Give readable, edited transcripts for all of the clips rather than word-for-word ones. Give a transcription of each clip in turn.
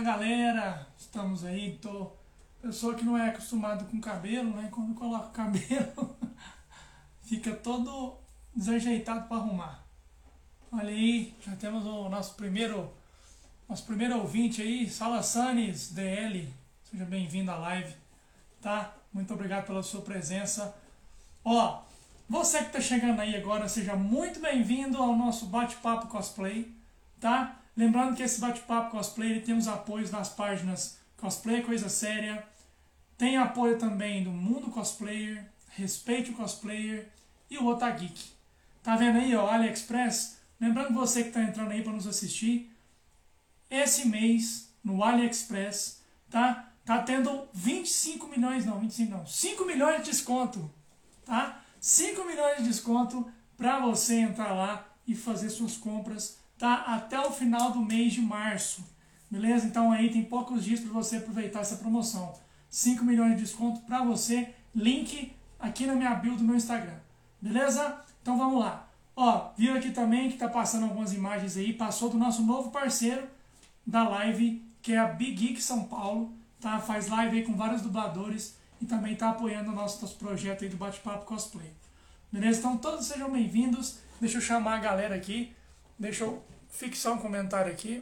galera, estamos aí, pessoa que não é acostumado com cabelo, né? Quando coloca o cabelo, fica todo desajeitado para arrumar. Olha aí, já temos o nosso primeiro ouvinte aí, Sala Sanes DL, seja bem-vindo à live, tá? Muito obrigado pela sua presença. Ó, você que está chegando aí agora, seja muito bem-vindo ao nosso bate-papo cosplay, tá? Lembrando que esse bate-papo cosplay ele tem os apoios das páginas Cosplay Coisa Séria, tem apoio também do Mundo Cosplayer, Respeite o Cosplayer e o Otageek. Tá vendo aí, ó, AliExpress? Lembrando você que está entrando aí para nos assistir, esse mês no AliExpress, tá tendo 5 milhões de desconto, tá? 5 milhões de desconto para você entrar lá e fazer suas compras, tá? Até o final do mês de março, beleza? Então aí tem poucos dias para você aproveitar essa promoção. 5 milhões de desconto para você, link aqui na minha bio do meu Instagram, beleza? Então vamos lá. Ó, viu aqui também que tá passando algumas imagens aí, passou do nosso novo parceiro da live, que é a Big Geek São Paulo, tá? Faz live aí com vários dubladores e também tá apoiando o nosso projeto aí do Bate-Papo Cosplay. Beleza? Então todos sejam bem-vindos. Deixa eu chamar a galera aqui. Deixa eu fixar um comentário aqui.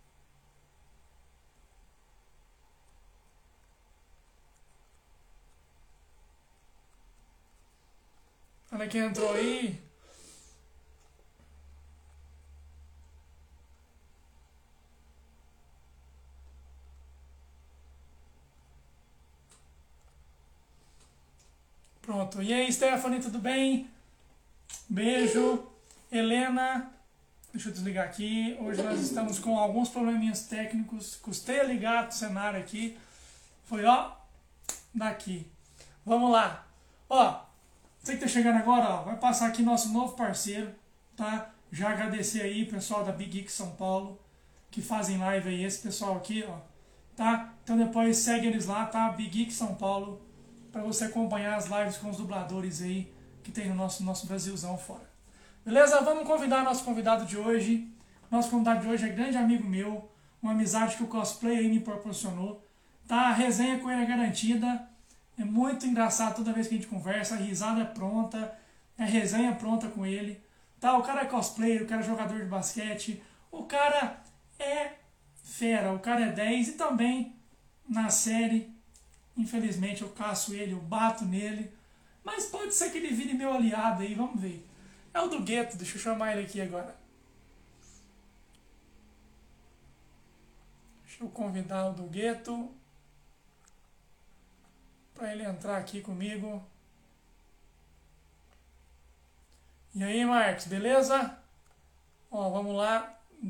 Olha quem entrou aí. Pronto. E aí, Stephanie, tudo bem? Beijo. Helena, deixa eu desligar aqui. Hoje nós estamos com alguns probleminhas técnicos. Custei a ligar o cenário aqui. Foi, ó, daqui. Vamos lá. Ó, você que tá chegando agora, ó, vai passar aqui nosso novo parceiro, tá? Já agradecer aí, pessoal da Big Geek São Paulo, que fazem live aí. Esse pessoal aqui, ó, tá? Então depois segue eles lá, tá? Big Geek São Paulo, para você acompanhar as lives com os dubladores aí que tem no nosso Brasilzão fora. Beleza? Vamos convidar nosso convidado de hoje. Nosso convidado de hoje é grande amigo meu, uma amizade que o cosplay aí me proporcionou. Tá? A resenha com ele é garantida. É muito engraçado toda vez que a gente conversa, a risada é pronta, a resenha é pronta com ele. Tá? O cara é cosplayer, o cara é jogador de basquete, o cara é fera, o cara é 10 e também na série, infelizmente eu caço ele, eu bato nele, mas pode ser que ele vire meu aliado aí, vamos ver. É o do Gueto, deixa eu chamar ele aqui agora. Deixa eu convidar o do Gueto para ele entrar aqui comigo. E aí, Marcos, beleza? Ó, vamos lá.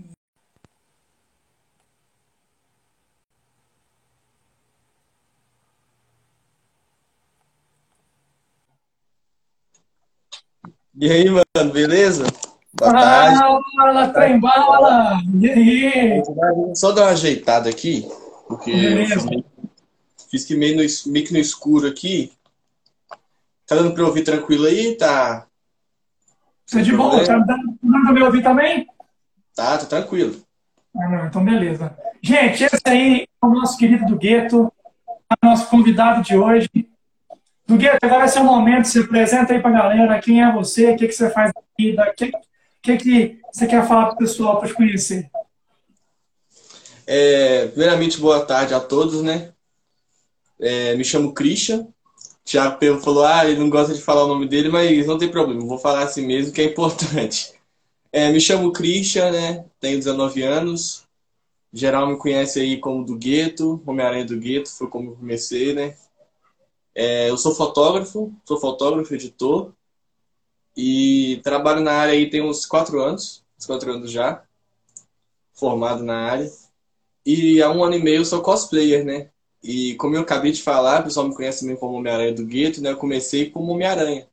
E aí, mano, beleza? Boa tarde. Fala, trem bala! E aí? Só dar uma ajeitada aqui, porque eu Beleza. fiz que meio que no escuro aqui. Tá dando pra ouvir tranquilo aí? Tá Tá sem de boa? Tá problema? dando pra me ouvir também? Tá tranquilo. Ah, não, então beleza. Gente, esse aí é o nosso querido do Gueto, nosso convidado de hoje. Do Gueto, agora é seu momento, se apresenta aí pra galera, quem é você, o que você faz na vida, o que você quer falar pro pessoal para te conhecer. Primeiramente, boa tarde a todos, né? Me chamo Christian. Thiago Pedro falou, ele não gosta de falar o nome dele, mas não tem problema, vou falar assim mesmo, que é importante. Me chamo Christian, né? Tenho 19 anos. Geral me conhece aí como do Gueto, Homem-Aranha do Gueto, foi como eu comecei, né? Eu sou fotógrafo, editor, e trabalho na área aí tem uns 4 anos já, formado na área. E há 1 ano e meio eu sou cosplayer, né? E como eu acabei de falar, o pessoal me conhece também como Homem-Aranha do Gueto, né? Eu comecei como Homem-Aranha.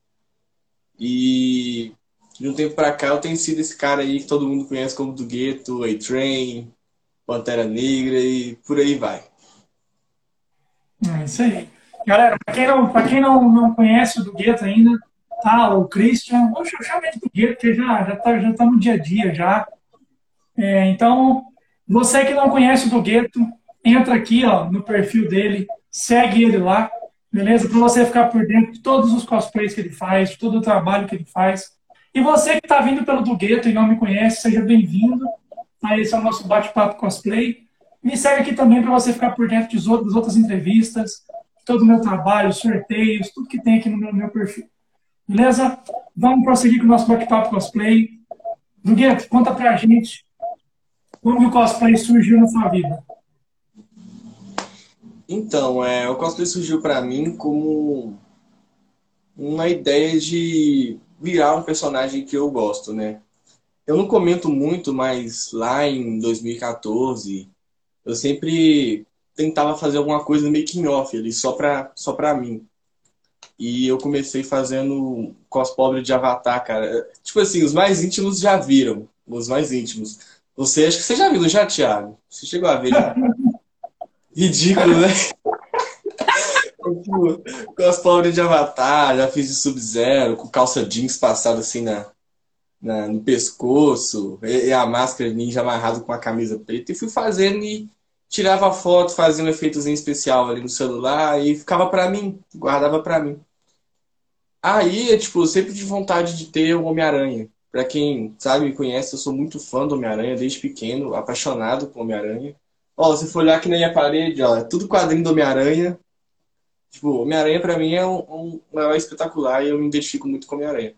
E de um tempo pra cá eu tenho sido esse cara aí que todo mundo conhece como do Gueto, A-Train, Pantera Negra e por aí vai. É isso aí. Galera, para quem não conhece o do Gueto ainda, tá? O Christian, eu chamo ele do Gueto, porque já tá no dia a dia já. Então, você que não conhece o do Gueto, entra aqui, ó, no perfil dele, segue ele lá, beleza? Para você ficar por dentro de todos os cosplays que ele faz, de todo o trabalho que ele faz. E você que está vindo pelo do Gueto e não me conhece, seja bem-vindo. Tá? Esse é o nosso bate-papo cosplay. Me segue aqui também para você ficar por dentro das outras entrevistas, todo o meu trabalho, sorteios, tudo que tem aqui no meu perfil. Beleza? Vamos prosseguir com o nosso bate-papo cosplay. Do Gueto, conta pra gente como o cosplay surgiu na sua vida. Então, o cosplay surgiu pra mim como uma ideia de virar um personagem que eu gosto, né? Eu não comento muito, mas lá em 2014, eu sempre tentava fazer alguma coisa no making off ali, só pra mim. E eu comecei fazendo cosplay de Avatar, cara. Tipo assim, os mais íntimos já viram, os mais íntimos. Você, acho que você já viu, já, Thiago? Você chegou a ver já? Ridículo, né? Tipo, cosplay de Avatar, já fiz de Sub-Zero, com calça jeans passada assim no pescoço, e a máscara ninja amarrada com a camisa preta. E fui fazendo e tirava foto, fazia um efeitozinho especial ali no celular e ficava pra mim, guardava pra mim. Aí, tipo, eu sempre tive vontade de ter o Homem-Aranha. Pra quem sabe, me conhece, eu sou muito fã do Homem-Aranha desde pequeno, apaixonado por Homem-Aranha. Ó, se for olhar aqui na minha parede, ó, é tudo quadrinho do Homem-Aranha. Tipo, Homem-Aranha pra mim é um herói espetacular e eu me identifico muito com Homem-Aranha.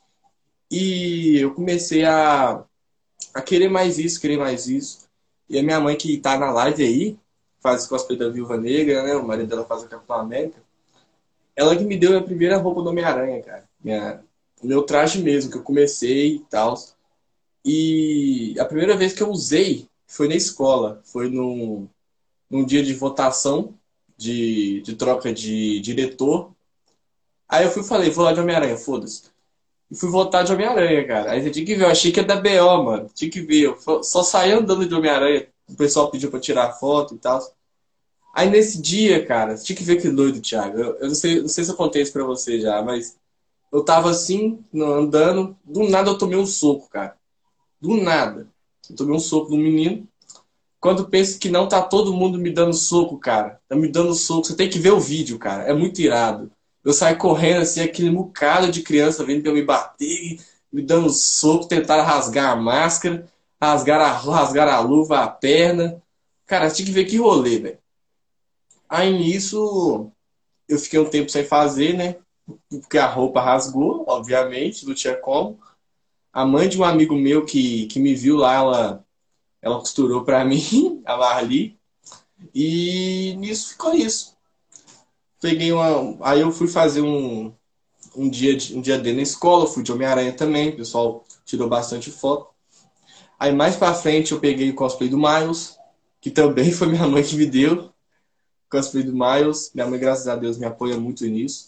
E eu comecei a querer mais isso, querer mais isso. E a minha mãe, que tá na live aí, faz cosplay da Viúva Negra, né? O marido dela faz a Capitão América. Ela que me deu a primeira roupa do Homem-Aranha, cara. O meu traje mesmo, que eu comecei e tal. E a primeira vez que eu usei foi na escola. Foi num dia de votação, de troca de diretor. Aí eu fui e falei, vou lá de Homem-Aranha, foda-se. E fui votar de Homem-Aranha, cara. Aí você tinha que ver, eu achei que ia dar BO, mano. Tinha que ver. Eu só saí andando de Homem-Aranha. O pessoal pediu pra tirar foto e tal. Aí nesse dia, cara, você tinha que ver que doido, Thiago. Eu não sei se eu contei isso pra você já, mas eu tava assim, andando, do nada eu tomei um soco, cara. Do nada. Eu tomei um soco do menino. Quando penso que não tá todo mundo me dando soco, cara. Tá me dando soco. Você tem que ver o vídeo, cara. É muito irado. Eu saio correndo assim, aquele mucado de criança vindo pra me bater, me dando soco, tentaram rasgar a máscara, rasgar a luva, a perna. Cara, você tinha que ver que rolê, velho. Aí nisso, eu fiquei um tempo sem fazer, né? Porque a roupa rasgou, obviamente, não tinha como. A mãe de um amigo meu que me viu lá, ela costurou pra mim, a Marli. E nisso ficou isso. Aí eu fui fazer um dia D na escola, fui de Homem-Aranha também, o pessoal tirou bastante foto. Aí mais pra frente eu peguei o cosplay do Miles, que também foi minha mãe que me deu. Cosplay do Miles. Minha mãe, graças a Deus, me apoia muito nisso.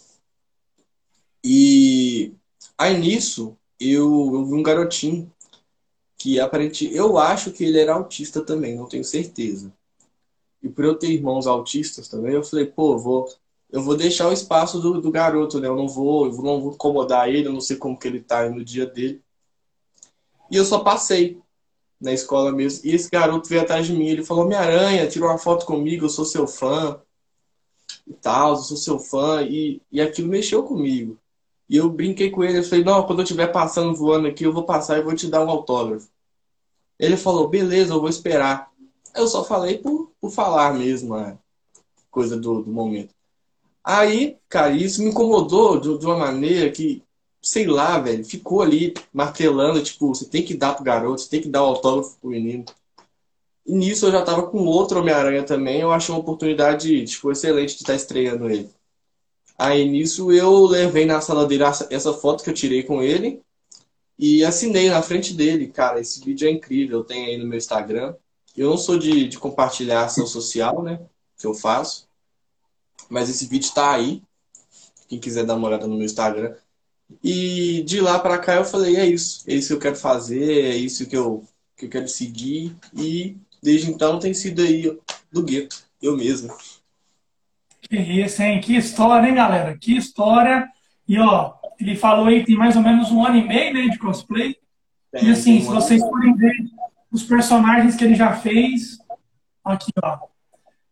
E aí nisso, eu vi um garotinho que aparentemente, eu acho que ele era autista também, não tenho certeza. E por eu ter irmãos autistas também, eu falei, pô, eu vou deixar o espaço do garoto, né? Eu não vou incomodar ele, eu não sei como que ele tá aí no dia dele. E eu só passei na escola mesmo. E esse garoto veio atrás de mim, ele falou, Homem-Aranha, tirou uma foto comigo, eu sou seu fã e tal, eu sou seu fã. E aquilo mexeu comigo. E eu brinquei com ele, eu falei, não, quando eu estiver passando, voando aqui, eu vou passar e vou te dar um autógrafo. Ele falou, beleza, eu vou esperar. Eu só falei por falar mesmo, coisa do momento. Aí, cara, isso me incomodou de uma maneira que, sei lá, velho, ficou ali martelando, tipo, você tem que dar pro garoto, você tem que dar o autógrafo pro menino. E nisso eu já tava com outro Homem-Aranha também, eu achei uma oportunidade, tipo, excelente de estar estreando ele. Aí nisso eu levei na sala dele essa foto que eu tirei com ele e assinei na frente dele. Cara, esse vídeo é incrível, eu tenho aí no meu Instagram. Eu não sou de compartilhar ação social, né? Que eu faço. Mas esse vídeo tá aí. Quem quiser dar uma olhada no meu Instagram. E de lá pra cá eu falei, é isso. É isso que eu quero fazer, é isso que eu quero seguir. E desde então tem sido aí ó, do gueto, eu mesmo. Que isso, hein? Que história, hein, galera? Que história. E, ó, ele falou aí que tem mais ou menos um ano e meio, né, de cosplay. E, Tem assim, um se ano. vocês forem ver os personagens que ele já fez, aqui, ó.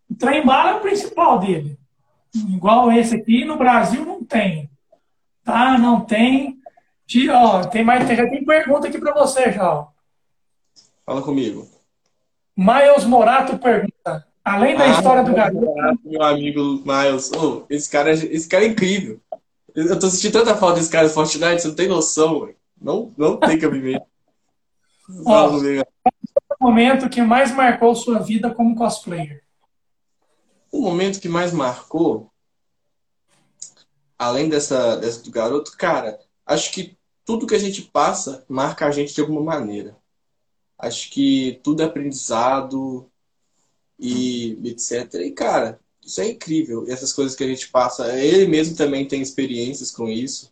O trem-bala é o principal dele. Igual esse aqui, no Brasil não tem. Tá? Não tem. Ó, tem mais, já tem pergunta aqui para você, já. Ó. Fala comigo. Miles Morato pergunta: além da Ah, história do garoto. meu amigo Miles. Oh, esse cara é incrível. Eu tô sentindo tanta falta desse cara do Fortnite, você não tem noção, velho. Não tem cabimento. Fala Ó, comigo. o momento que mais marcou sua vida como cosplayer. O momento que mais marcou, além dessa do garoto, cara, acho que tudo que a gente passa marca a gente de alguma maneira. Acho que tudo é aprendizado e etc. E, cara, isso é incrível. E essas coisas que a gente passa, ele mesmo também tem experiências com isso.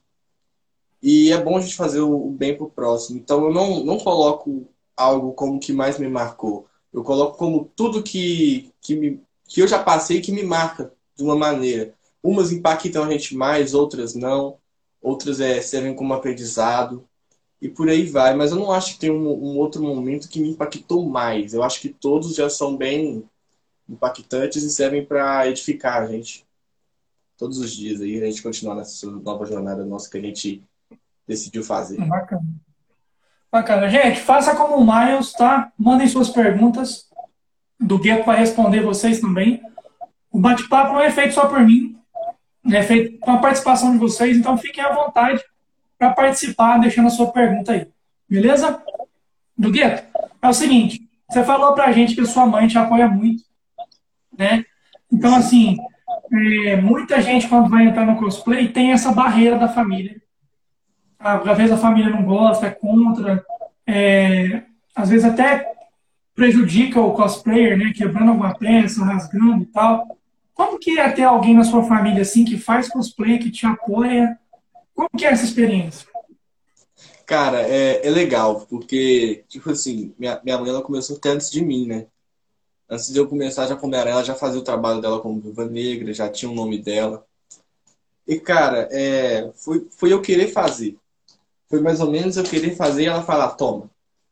E é bom a gente fazer o bem pro próximo. Então eu não coloco algo como que mais me marcou. Eu coloco como tudo que eu já passei que me marca de uma maneira. Umas impactam a gente mais, outras não. Outras servem como aprendizado. E por aí vai. Mas eu não acho que tem um outro momento que me impactou mais. Eu acho que todos já são bem impactantes e servem para edificar a gente todos os dias aí, a gente continuar nessa nova jornada nossa que a gente decidiu fazer. Bacana. Bacana. Gente, faça como o Miles, tá? Mandem suas perguntas. Do Gueto vai responder vocês também. O bate-papo não é feito só por mim, é feito com a participação de vocês, então fiquem à vontade para participar, deixando a sua pergunta aí. Beleza? Do Gueto, é o seguinte, você falou pra gente que a sua mãe te apoia muito, né? Então, Sim. assim, muita gente quando vai entrar no cosplay tem essa barreira da família. Às vezes a família não gosta, é contra, é, às vezes até prejudica o cosplayer, né? Quebrando alguma peça, rasgando e tal. Como que é ter alguém na sua família assim que faz cosplay, que te apoia? Como que é essa experiência? Cara, é legal, porque, tipo assim, minha mãe ela começou até antes de mim, né? Antes de eu começar já com Homem-Aranha, ela já fazia o trabalho dela como Viúva Negra, já tinha o nome dela. E, cara, foi eu querer fazer. Foi mais ou menos eu querer fazer e ela falar, toma.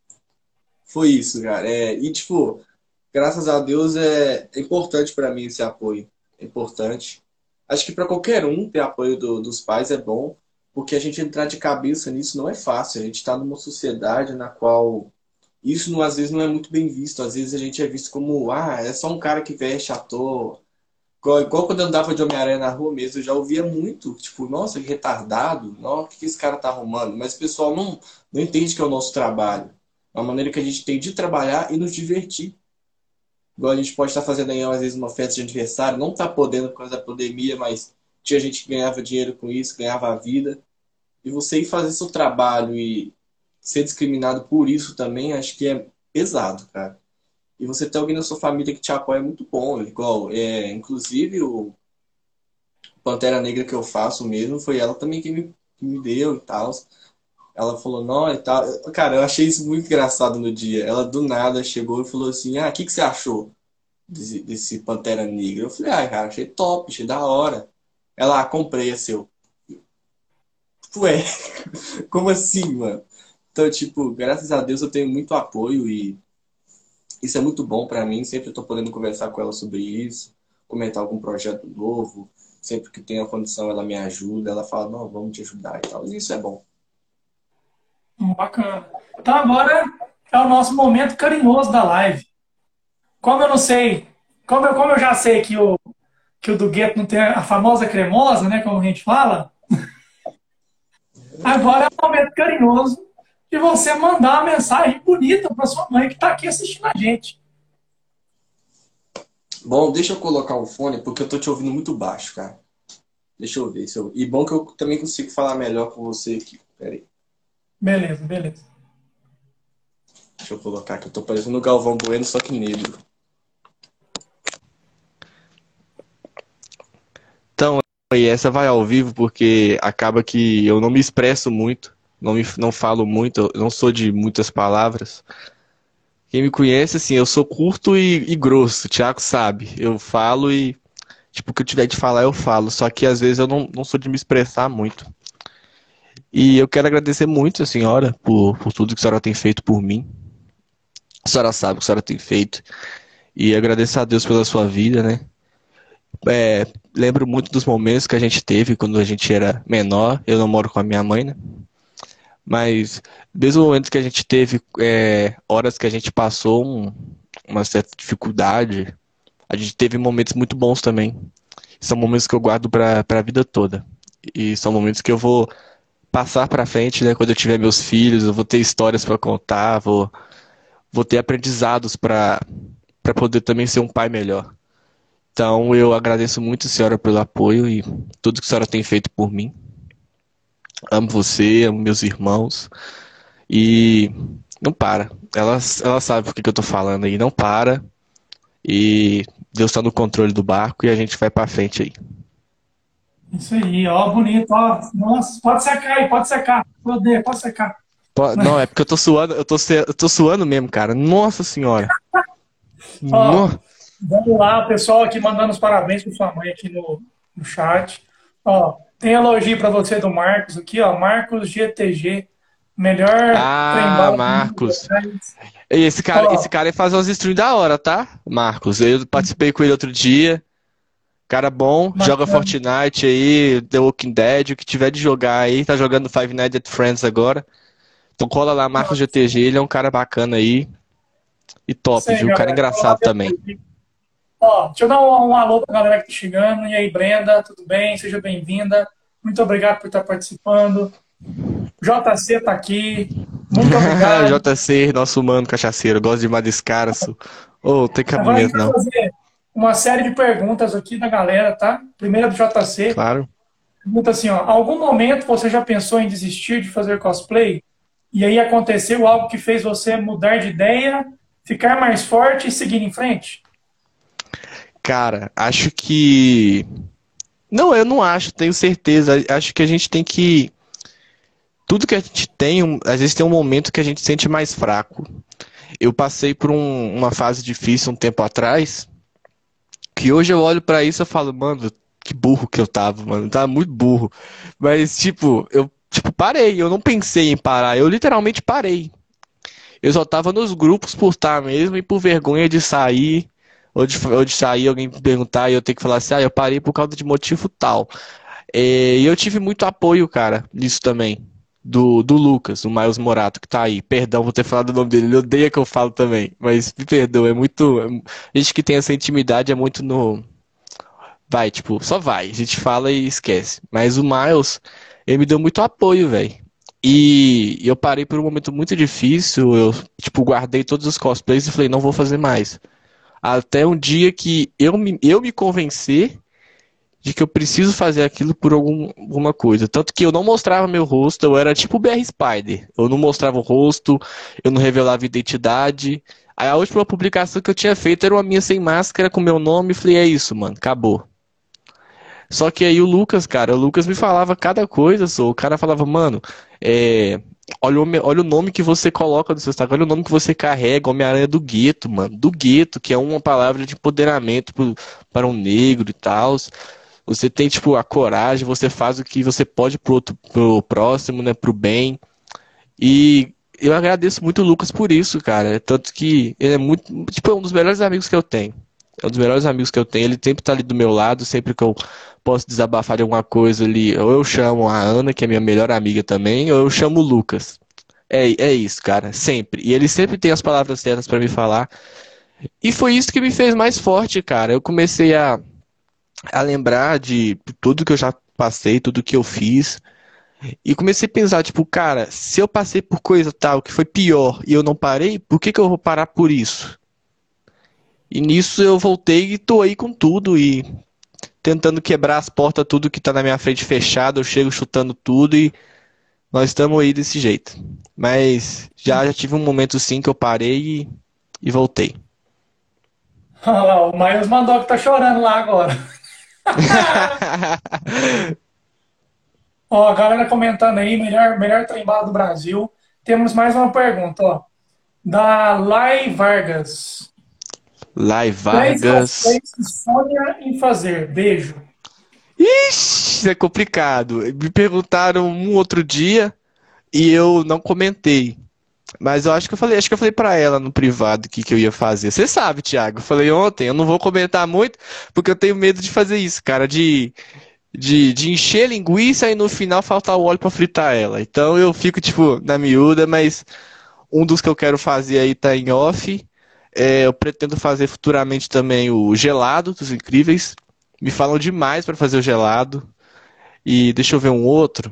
Foi isso, cara. E, tipo, graças a Deus é importante pra mim esse apoio. É importante. Acho que pra qualquer um ter apoio dos pais é bom, porque a gente entrar de cabeça nisso não é fácil. A gente tá numa sociedade na qual isso às vezes não é muito bem visto. Às vezes a gente é visto como, é só um cara que veste à toa. Igual quando eu andava de Homem-Aranha na rua mesmo, eu já ouvia muito, tipo, nossa, que retardado, nossa, o que esse cara tá arrumando? Mas o pessoal não entende que é o nosso trabalho. É uma maneira que a gente tem de trabalhar e nos divertir. Igual a gente pode estar fazendo aí, às vezes, uma festa de aniversário, não tá podendo por causa da pandemia, mas tinha gente que ganhava dinheiro com isso, ganhava a vida. E você ir fazer seu trabalho e ser discriminado por isso também, acho que é pesado, cara. E você ter alguém na sua família que te apoia é muito bom. Igual, inclusive o Pantera Negra que eu faço mesmo, foi ela também que me deu e tal. Ela falou, não, e tal. Cara, eu achei isso muito engraçado no dia. Ela do nada chegou e falou assim, o que você achou desse Pantera Negra? Eu falei, cara, achei top, achei da hora. Ela, comprei, é seu. Ué, como assim, mano? Então, tipo, graças a Deus eu tenho muito apoio e isso é muito bom pra mim. Sempre eu tô podendo conversar com ela sobre isso, comentar algum projeto novo. Sempre que tem a condição, ela me ajuda. Ela fala, não, vamos te ajudar e tal. E isso é bom. Bacana. Então agora é o nosso momento carinhoso da live. Como eu não sei, como eu já sei que o do Gueto não tem a famosa cremosa, né, como a gente fala, agora é o momento carinhoso de você mandar uma mensagem bonita para sua mãe que está aqui assistindo a gente. Bom, deixa eu colocar o fone porque eu tô te ouvindo muito baixo, cara. Deixa eu ver. E bom que eu também consigo falar melhor com você aqui. Pera aí. Beleza, beleza. Deixa eu colocar aqui. Eu tô parecendo o Galvão Bueno, só que negro. Então, e essa vai ao vivo porque acaba que eu não me expresso muito, não falo muito, eu não sou de muitas palavras. Quem me conhece, assim, eu sou curto e grosso, o Thiago sabe. Eu falo e, tipo, o que eu tiver de falar eu falo, só que às vezes eu não sou de me expressar muito. E eu quero agradecer muito a senhora por tudo que a senhora tem feito por mim. A senhora sabe o que a senhora tem feito. e agradeço a Deus pela sua vida, né? É, lembro muito dos momentos que a gente teve quando a gente era menor. Eu não moro com a minha mãe, né? Mas mesmo o momento que a gente teve, horas que a gente passou uma certa dificuldade, a gente teve momentos muito bons também. São momentos que eu guardo para a vida toda. E são momentos que eu vou passar para frente, né? Quando eu tiver meus filhos, eu vou ter histórias para contar, vou ter aprendizados para poder também ser um pai melhor. Então eu agradeço muito a senhora pelo apoio e tudo que a senhora tem feito por mim. Amo você, amo meus irmãos e não para. Ela sabe por que que eu tô falando aí, não para. E Deus está no controle do barco e a gente vai para frente aí. Isso aí, ó, bonito, ó. Nossa, pode secar aí, pode secar. Poder, pode secar. Não, é porque eu tô suando, eu tô suando mesmo, cara. Nossa senhora. Ó, No... vamos lá, pessoal aqui mandando os parabéns para sua mãe aqui no chat. Ó, tem elogio para você do Marcos aqui, ó. Marcos GTG, melhor trem Ah, bala do mundo. Marcos. Esse cara faz umas streams da hora, tá? Marcos, eu participei com ele outro dia. Cara bom, joga Bacana. Fortnite aí, The Walking Dead, o que tiver de jogar aí, tá jogando Five Nights at Friends agora. Então cola lá, Marcos GTG, ele é um cara bacana aí e Isso top, aí, viu? Cara galera. Vou lá engraçado também. depois. Ó, deixa eu dar um alô para a galera que tá chegando. E aí, Brenda, tudo bem? Seja bem-vinda. Muito obrigado por estar participando. JC tá aqui. Muito obrigado. JC, nosso mano cachaceiro, gosto demais desse cara. Ô, tem Agora a gente cabimento vai não. fazer uma série de perguntas aqui da galera, tá? Primeira do JC. Claro. Pergunta assim, ó. Algum momento você já pensou em desistir de fazer cosplay? E aí aconteceu algo que fez você mudar de ideia, ficar mais forte e seguir em frente? Cara, acho que. Não, eu não acho, tenho certeza. Acho que a gente tem que. Tudo que a gente tem, às vezes tem um momento que a gente se sente mais fraco. Eu passei por uma fase difícil um tempo atrás, que hoje eu olho pra isso e falo, mano, que burro que eu tava, mano. Eu tava muito burro. Mas, tipo, eu parei, eu não pensei em parar, eu literalmente parei. Eu só tava nos grupos por estar mesmo e por vergonha de sair, ou de sair alguém me perguntar e eu ter que falar assim, eu parei por causa de motivo tal. E eu tive muito apoio, cara, nisso também. Do Lucas, o Miles Morato, que tá aí. Perdão por ter falado o nome dele, ele odeia que eu falo também. Mas me perdoa, é muito. A gente que tem essa intimidade é muito no. Vai, tipo, só vai. A gente fala e esquece. Mas o Miles, ele me deu muito apoio, velho. E eu parei por um momento muito difícil. Eu, tipo, guardei todos os cosplays e falei, não vou fazer mais. Até um dia que eu me convencer de que eu preciso fazer aquilo por alguma coisa. Tanto que eu não mostrava meu rosto, eu era tipo o BR Spider. Eu não mostrava o rosto, eu não revelava identidade. Aí a última publicação que eu tinha feito era uma minha sem máscara com meu nome e falei, é isso, mano, acabou. Só que aí o Lucas, cara, o Lucas me falava cada coisa, o cara falava, mano, olha o nome que você coloca no seu Instagram, olha o nome que você carrega, Homem-Aranha do Gueto, mano, do Gueto, que é uma palavra de empoderamento para um negro e tal. Você tem, tipo, a coragem, você faz o que você pode pro próximo, né, pro bem. E eu agradeço muito o Lucas por isso, cara. Tanto que ele é muito, tipo, é um dos melhores amigos que eu tenho. É um dos melhores amigos que eu tenho. Ele sempre tá ali do meu lado, sempre que eu posso desabafar de alguma coisa ali, ou eu chamo a Ana, que é minha melhor amiga também, ou eu chamo o Lucas. É isso, cara, sempre. E ele sempre tem as palavras certas pra me falar. E foi isso que me fez mais forte, cara. Eu comecei a lembrar de tudo que eu já passei, tudo que eu fiz. E comecei a pensar, tipo, cara, se eu passei por coisa tal que foi pior e eu não parei, por que que eu vou parar por isso? E nisso eu voltei e tô aí com tudo e tentando quebrar as portas, tudo que tá na minha frente fechado, eu chego chutando tudo e nós estamos aí desse jeito. Mas já tive um momento sim que eu parei e voltei. Olha lá, o Miles mandou que tá chorando lá agora. Ó, a galera comentando aí, melhor trem bala do Brasil. Temos mais uma pergunta, ó. Da Lai Vargas. Lai Três Vargas. cosplays que sonha em fazer. Beijo. Ixi, isso é complicado. Me perguntaram um outro dia e eu não comentei. Mas eu acho que eu falei pra ela no privado o que que eu ia fazer. Você sabe, Thiago, eu falei ontem, eu não vou comentar muito, porque eu tenho medo de fazer isso, cara, de encher linguiça e no final faltar o óleo pra fritar ela. Então eu fico, tipo, na miúda, mas um dos que eu quero fazer aí tá em off. É, eu pretendo fazer futuramente também o gelado dos Incríveis. Me falam demais pra fazer o gelado. E deixa eu ver um outro.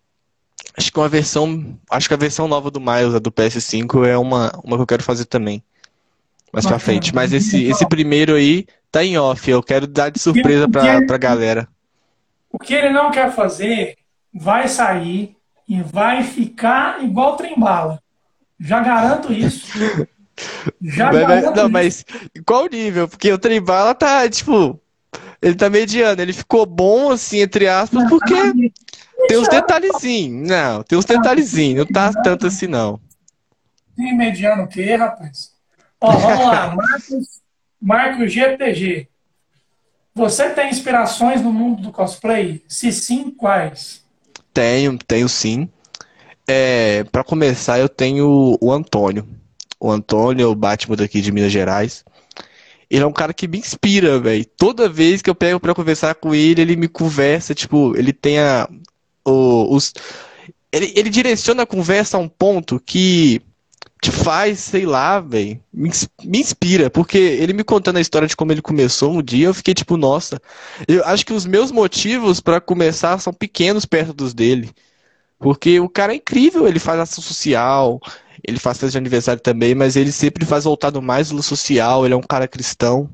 Acho que a versão nova do Miles, a do PS5, é uma que eu quero fazer também, mais pra Bacana. frente. Mas esse primeiro aí tá em off, eu quero dar de surpresa O que, pra galera. o que ele não quer fazer vai sair e vai ficar igual trem-bala. Já garanto isso. Já garanto Não, isso. mas qual nível? Porque o Tribala tá, tipo, ele tá mediano. Ele ficou bom, assim, entre aspas, Não, porque tem uns mediano, detalhezinhos. Não, tem uns detalhezinhos, não tá tanto assim, não. tem mediano o quê, rapaz? Ó, vamos lá. Marcos GTG. Você tem inspirações no mundo do cosplay? Se sim, quais? Tenho sim. É, para começar, eu tenho o Antônio. O Antônio é o Batman daqui de Minas Gerais. Ele é um cara que me inspira, velho. Toda vez que eu pego pra conversar com ele me conversa, tipo, ele tem os. Ele direciona a conversa a um ponto que te faz, sei lá, velho, me inspira, porque ele me contando a história de como ele começou um dia, eu fiquei tipo, nossa, eu acho que os meus motivos pra começar são pequenos perto dos dele. Porque o cara é incrível, ele faz ação social, ele faz festa de aniversário também, mas ele sempre faz voltado mais no social, ele é um cara cristão.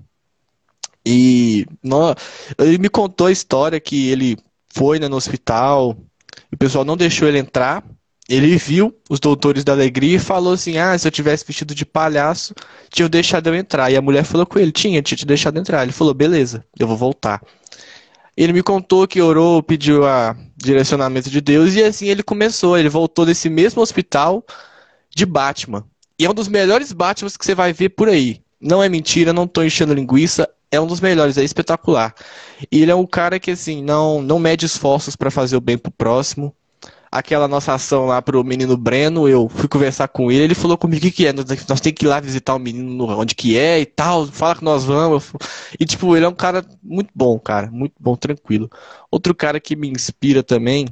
E ele me contou a história que ele foi, né, no hospital, o pessoal não deixou ele entrar. Ele viu os doutores da alegria e falou assim: Ah, se eu tivesse vestido de palhaço, tinha deixado eu entrar. E a mulher falou com ele: tinha te deixado entrar. Ele falou: beleza, eu vou voltar. Ele me contou que orou, pediu a direcionamento de Deus e assim ele começou. Ele voltou desse mesmo hospital de Batman. E é um dos melhores Batmans que você vai ver por aí. Não é mentira, não tô enchendo linguiça. É um dos melhores, é espetacular. E ele é um cara que assim não mede esforços pra fazer o bem pro próximo. Aquela nossa ação lá pro menino Breno, eu fui conversar com ele, ele falou comigo o que que é, nós temos que ir lá visitar o menino onde que é e tal, fala que nós vamos. E tipo, ele é um cara, muito bom, tranquilo. Outro cara que me inspira também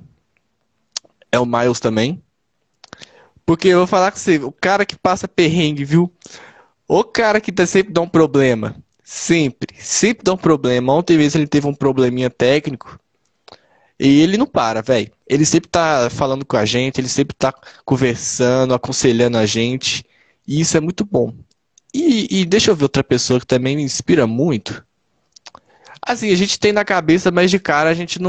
é o Miles também, porque eu vou falar com você, o cara que passa perrengue, viu? O cara que sempre dá um problema, sempre dá um problema. Ontem mesmo ele teve um probleminha técnico. E ele não para, velho. Ele sempre tá falando com a gente, ele sempre tá conversando, aconselhando a gente. E isso é muito bom. E deixa eu ver outra pessoa que também me inspira muito. Assim, a gente tem na cabeça, mas de cara a gente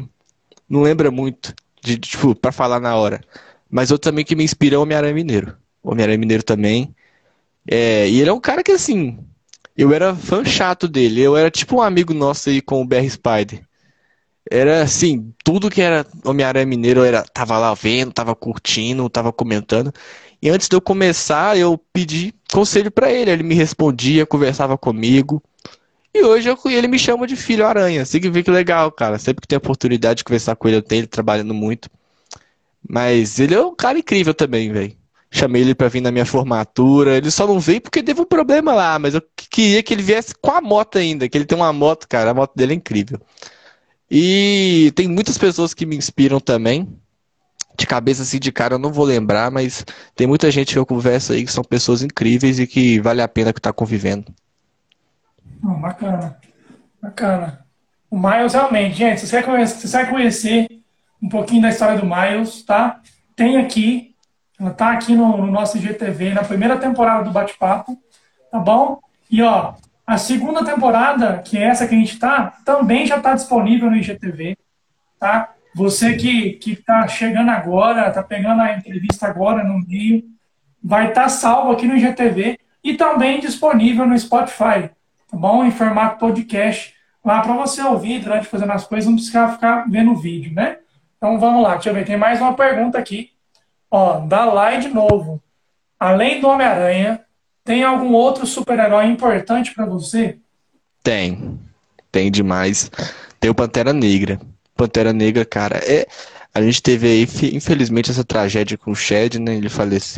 não lembra muito, tipo, pra falar na hora. Mas outro também que me inspira é o Homem-Aranha Mineiro. O Homem-Aranha Mineiro também. É, e ele é um cara que, assim, eu era fã chato dele. Eu era tipo um amigo nosso aí com o BR Spider. Era assim, tudo que era Homem-Aranha Mineiro tava lá vendo, tava curtindo, tava comentando. E antes de eu começar, eu pedi conselho pra ele. Ele me respondia, conversava comigo. E hoje ele me chama de Filho Aranha. Você que vê que legal, cara. Sempre que tem oportunidade de conversar com ele, eu tenho ele trabalhando muito. Mas ele é um cara incrível também, velho. Chamei ele pra vir na minha formatura. Ele só não veio porque teve um problema lá. Mas eu queria que ele viesse com a moto ainda. Que ele tem uma moto, cara. A moto dele é incrível. E tem muitas pessoas que me inspiram também. De cabeça assim, de cara, eu não vou lembrar, mas tem muita gente que eu converso aí que são pessoas incríveis e que vale a pena que tá convivendo. Bacana, bacana. O Miles realmente, gente, se você quer conhecer um pouquinho da história do Miles, tá? Tem aqui, ela tá aqui no nosso IGTV, na primeira temporada do Bate-Papo, tá bom? E ó, a segunda temporada, que é essa que a gente tá, também já tá disponível no IGTV, tá? Você que tá chegando agora, tá pegando a entrevista agora no meio, vai estar salvo aqui no IGTV e também disponível no Spotify, tá bom? Em formato podcast, lá para você ouvir durante fazendo as coisas, não precisa ficar vendo o vídeo, né? Então vamos lá, deixa eu ver, tem mais uma pergunta aqui. Ó, da Lai de novo. Além do Homem-Aranha, tem algum outro super-herói importante para você? Tem, tem demais. Tem o Pantera Negra. Pantera Negra, cara, a gente teve aí, infelizmente, essa tragédia com o Shed, né? Ele faleceu.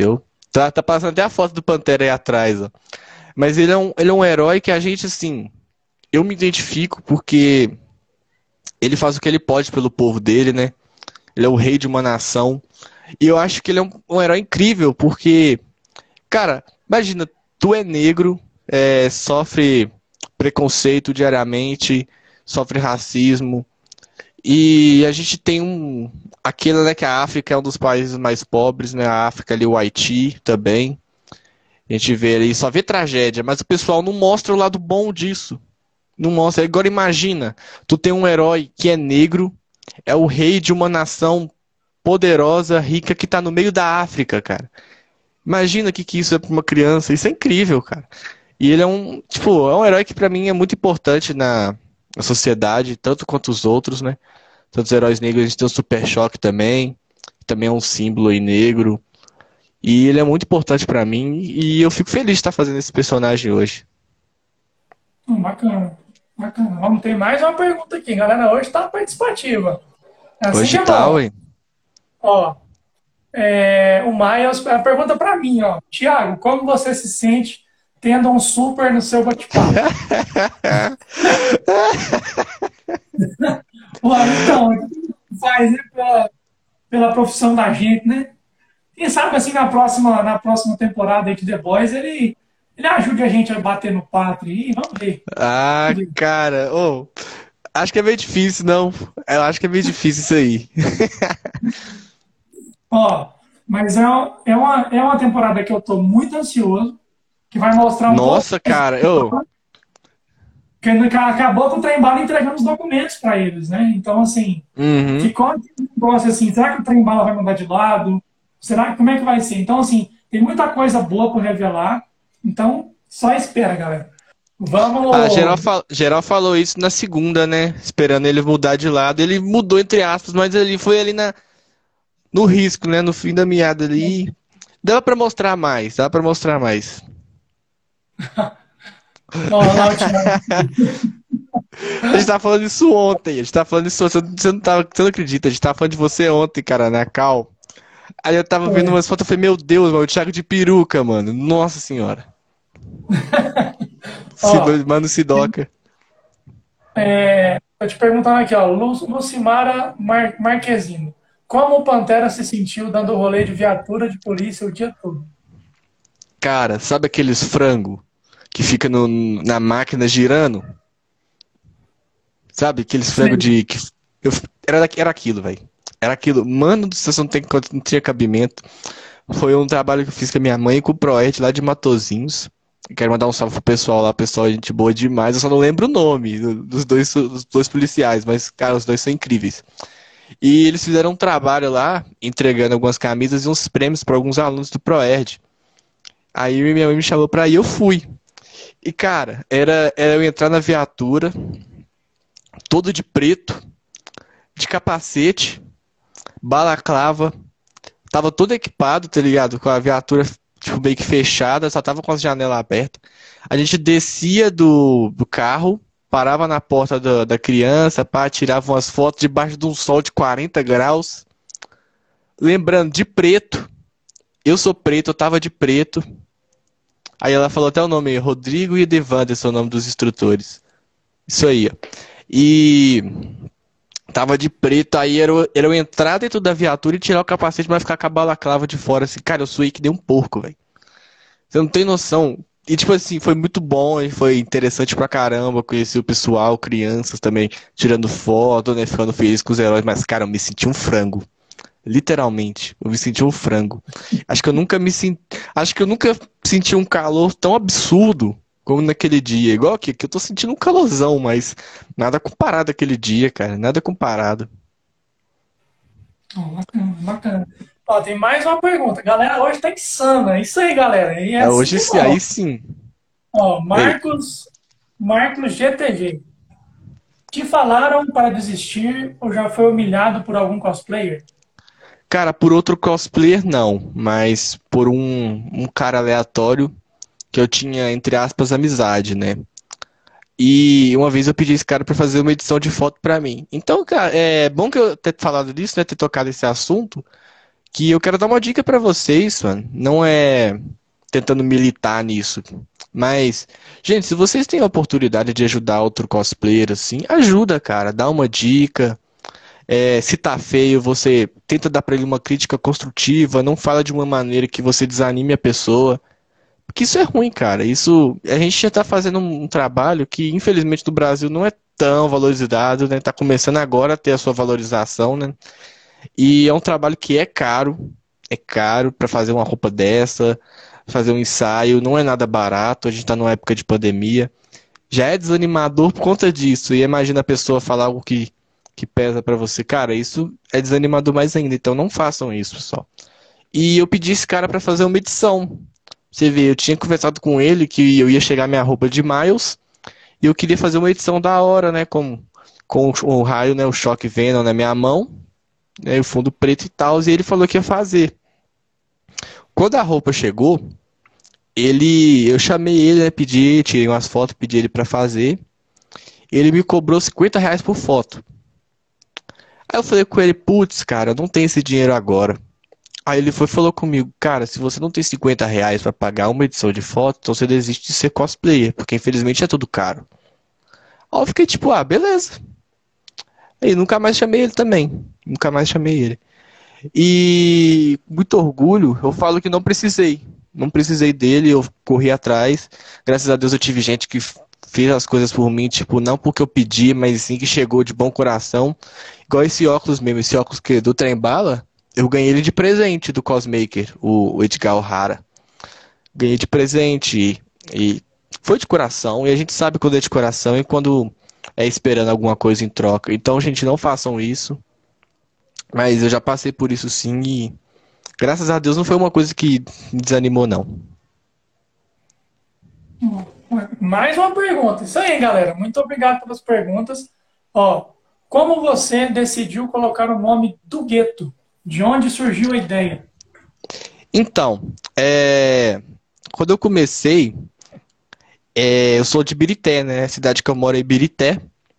Tá passando até a foto do Pantera aí atrás, ó. Mas ele é um herói que a gente, assim, eu me identifico porque ele faz o que ele pode pelo povo dele, né? Ele é o rei de uma nação. E eu acho que ele é um herói incrível, porque, cara, imagina, tu é negro, sofre preconceito diariamente, sofre racismo, e a gente tem aquilo, né, que a África é um dos países mais pobres, né? A África ali, o Haiti também. A gente vê ali, só vê tragédia, mas o pessoal não mostra o lado bom disso. Não mostra. Agora imagina, tu tem um herói que é negro, é o rei de uma nação poderosa, rica, que tá no meio da África, cara. Imagina o que isso é pra uma criança. Isso é incrível, cara. E ele é um herói que pra mim é muito importante na sociedade, tanto quanto os outros, né? Tantos heróis negros, a gente tem o Super Choque também, que também é um símbolo aí negro. E ele é muito importante pra mim e eu fico feliz de estar fazendo esse personagem hoje. Bacana, bacana. Vamos ter mais uma pergunta aqui, galera. Hoje está participativa. É assim que Hoje é tá, bom. ué. Ó, o Maia a pergunta para mim, ó. Tiago, como você se sente tendo um super no seu bate-papo? Ué, então, faz, né, pela profissão da gente, né? Quem sabe assim na próxima temporada aí de The Boys ele ajude a gente a bater no pato aí, vamos ver. Ah, Vamos ver. cara, acho que é meio difícil, não. Eu acho que é meio difícil isso aí. Ó, mas é uma temporada que eu tô muito ansioso, que vai mostrar um pouco Nossa, cara, que acabou com o trem-bala entregando os documentos para eles, né? Então, assim, uhum. ficou um negócio assim, será que o trem-bala vai mudar de lado? Como é que vai ser? Então, assim, tem muita coisa boa por revelar, então só espera, galera. Ah, geral, Vamos. geral falou isso na segunda, né? Esperando ele mudar de lado. Ele mudou entre aspas, mas ele foi ali no risco, né? No fim da meada ali. Dava pra mostrar mais, dava pra mostrar mais. Ó, lá o Thiago. A gente tava falando isso ontem, a gente tava falando isso, você não acredita, a gente tava falando de você ontem, cara, na Cal. Aí eu tava vendo Foi. umas fotos, eu falei, meu Deus, mano, o Thiago de peruca, mano. Nossa senhora. Ó, Mano Sidoca. tô te perguntando aqui, ó, Lucimara Marquezine. Como o Pantera se sentiu dando rolê de viatura de polícia o dia todo? Cara, sabe aqueles frango que fica na máquina girando? Sabe? Aqueles frango Sei. de. Eu, era aquilo, velho. Era aquilo. Mano do céu, não tinha cabimento. Foi um trabalho que eu fiz com a minha mãe e com o Proed lá de Matozinhos. Quero mandar um salve pro pessoal lá, pessoal, gente boa demais. Eu só não lembro o nome dos dois policiais, mas, cara, os dois são incríveis. E eles fizeram um trabalho lá, entregando algumas camisas e uns prêmios para alguns alunos do Proerd. Aí minha mãe me chamou pra ir, eu fui. E, cara, era eu entrar na viatura, todo de preto, de capacete, balaclava, tava todo equipado, tá ligado? Com a viatura, tipo, meio que fechada, só tava com as janelas abertas. A gente descia do carro, parava na porta da criança, pá, tirava umas fotos debaixo de um sol de 40 graus. Lembrando, de preto, eu sou preto, eu tava de preto. Aí ela falou até o nome, Rodrigo e Devanda, são o nome dos instrutores. Isso aí, ó. E tava de preto, aí era eu entrar dentro da viatura e tirar o capacete, mas ficar com a balaclava de fora, assim. Cara, eu suei que nem um porco, velho. Você não tem noção. E, tipo assim, foi muito bom e foi interessante pra caramba. Conheci o pessoal, crianças também, tirando foto, né? Ficando feliz com os heróis. Mas, cara, eu me senti um frango. Literalmente, eu me senti um frango. Acho que eu nunca senti um calor tão absurdo como naquele dia. Igual aqui, que eu tô sentindo um calorzão, mas nada comparado àquele dia, cara. Nada comparado. Ó, bacana, bacana. Ó, tem mais uma pergunta. Galera, hoje tá insana. É isso aí, galera. E é É, assim hoje, que é aí bom. sim. Ó, Ei, Marcos GTG. Te falaram para desistir ou já foi humilhado por algum cosplayer? cara, por outro cosplayer não, mas por um cara aleatório que eu tinha, entre aspas, amizade, né? E uma vez eu pedi esse cara pra fazer uma edição de foto pra mim. Então, cara, é bom que eu ter falado disso, né? Ter tocado esse assunto. que eu quero dar uma dica pra vocês, mano. Não é tentando militar nisso, mas, gente, se vocês têm a oportunidade de ajudar outro cosplayer assim, ajuda, cara, dá uma dica. Se tá feio, você tenta dar pra ele uma crítica construtiva, não fala de uma maneira que você desanime a pessoa. Porque isso é ruim, cara. Isso, a gente já tá fazendo um trabalho que, infelizmente, no Brasil não é tão valorizado, né? Tá começando agora a ter a sua valorização, né? E é um trabalho que é caro para fazer uma roupa dessa, fazer um ensaio, não é nada barato, a gente tá numa época de pandemia. Já é desanimador por conta disso. E imagina a pessoa falar algo que pesa pra você. Cara, isso é desanimador mais ainda, então não façam isso, pessoal. E eu pedi esse cara pra fazer uma edição. Você vê, eu tinha conversado com ele que eu ia chegar minha roupa de Miles e eu queria fazer uma edição da hora, né? Com o raio, né? O Shock Venom na minha mão, né? O fundo preto e tal. E ele falou que ia fazer. Quando a roupa chegou, eu chamei ele, né? Pedi, tirei umas fotos, pedi ele pra fazer. Ele me cobrou R$ 50 por foto. Aí eu falei com ele, putz, cara, eu não tenho esse dinheiro agora. Aí ele foi e falou comigo, cara, se você não tem R$ 50 pra pagar uma edição de foto, então você desiste de ser cosplayer, porque infelizmente é tudo caro. Aí eu fiquei tipo, ah, beleza. Aí nunca mais chamei ele também. Nunca mais chamei ele. E muito orgulho, eu falo que não precisei. Não precisei dele, eu corri atrás. Graças a Deus eu tive gente que fez as coisas por mim, tipo, não porque eu pedi, mas sim que chegou de bom coração. Igual esse óculos mesmo, esse óculos do Trem Bala, eu ganhei ele de presente do Cosmaker, o Edgar O'Hara. Ganhei de presente e foi de coração. E a gente sabe quando é de coração e quando é esperando alguma coisa em troca. Então, gente, não façam isso. Mas eu já passei por isso sim e graças a Deus não foi uma coisa que me desanimou, não. Mais uma pergunta. Isso aí, galera. Muito obrigado pelas perguntas. Ó, como você decidiu colocar o nome do gueto? De onde surgiu a ideia? Então, quando eu comecei, eu sou de Birité, né? A cidade que eu moro é Ibirité.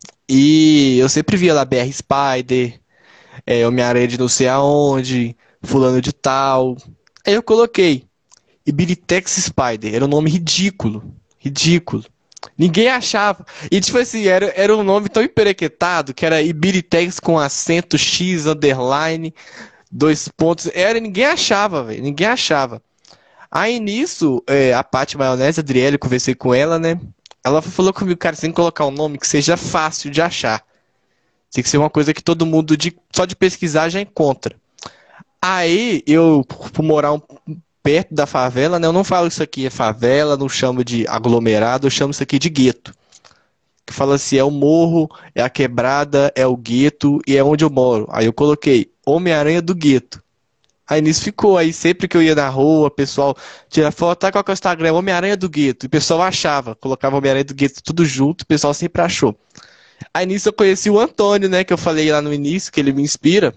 E eu sempre via lá BR Spider, Homem-Aranha de não sei aonde, fulano de tal. Aí eu coloquei Ibiritex Spider. Era um nome ridículo. Ridículo. Ninguém achava. E tipo assim, era um nome tão emperequetado que era Ibiritex com acento X, underline, dois pontos. Ninguém achava, velho. Ninguém achava. Aí nisso, a Paty Maionese, a Adriele, eu conversei com ela, né? Ela falou comigo, cara, você tem que colocar um nome que seja fácil de achar. Tem que ser uma coisa que todo mundo, só de pesquisar, já encontra. Aí, eu, por morar perto da favela, né? Eu não falo isso aqui é favela, não chamo de aglomerado, eu chamo isso aqui de gueto. Que fala assim, é o morro, é a quebrada, é o gueto e é onde eu moro. Aí eu coloquei Homem-Aranha do Gueto. Aí nisso ficou. Aí sempre que eu ia na rua, o pessoal tira foto, tá, qual que é o Instagram? Homem-Aranha do Gueto. E o pessoal achava, colocava Homem-Aranha do Gueto tudo junto, o pessoal sempre achou. Aí nisso eu conheci o Antônio, né, que eu falei lá no início, que ele me inspira.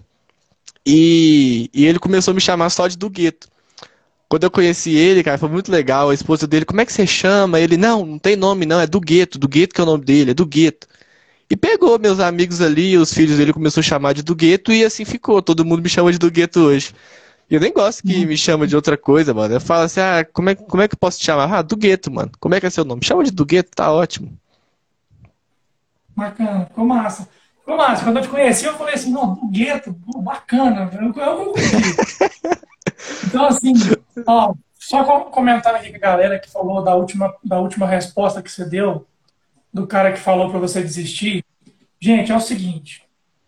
E ele começou a me chamar só de do Gueto. Quando eu conheci ele, cara, foi muito legal. A esposa dele, como é que você chama? Ele, não tem nome não, é do Gueto que é o nome dele, é do Gueto. E pegou meus amigos ali, os filhos dele começou a chamar de do Gueto e assim ficou. Todo mundo me chama de do Gueto hoje. E eu nem gosto que me chama de outra coisa, mano. Eu falo assim, como é que eu posso te chamar? Ah, do Gueto, mano. Como é que é seu nome? Chama de do Gueto, tá ótimo. Bacana, ficou massa. Ficou massa. Quando eu te conheci, eu falei assim, não, do gueto, pô, bacana. Eu curti. Então, assim, ó, só comentando aqui com a galera que falou da última resposta que você deu, do cara que falou para você desistir. Gente, é o seguinte.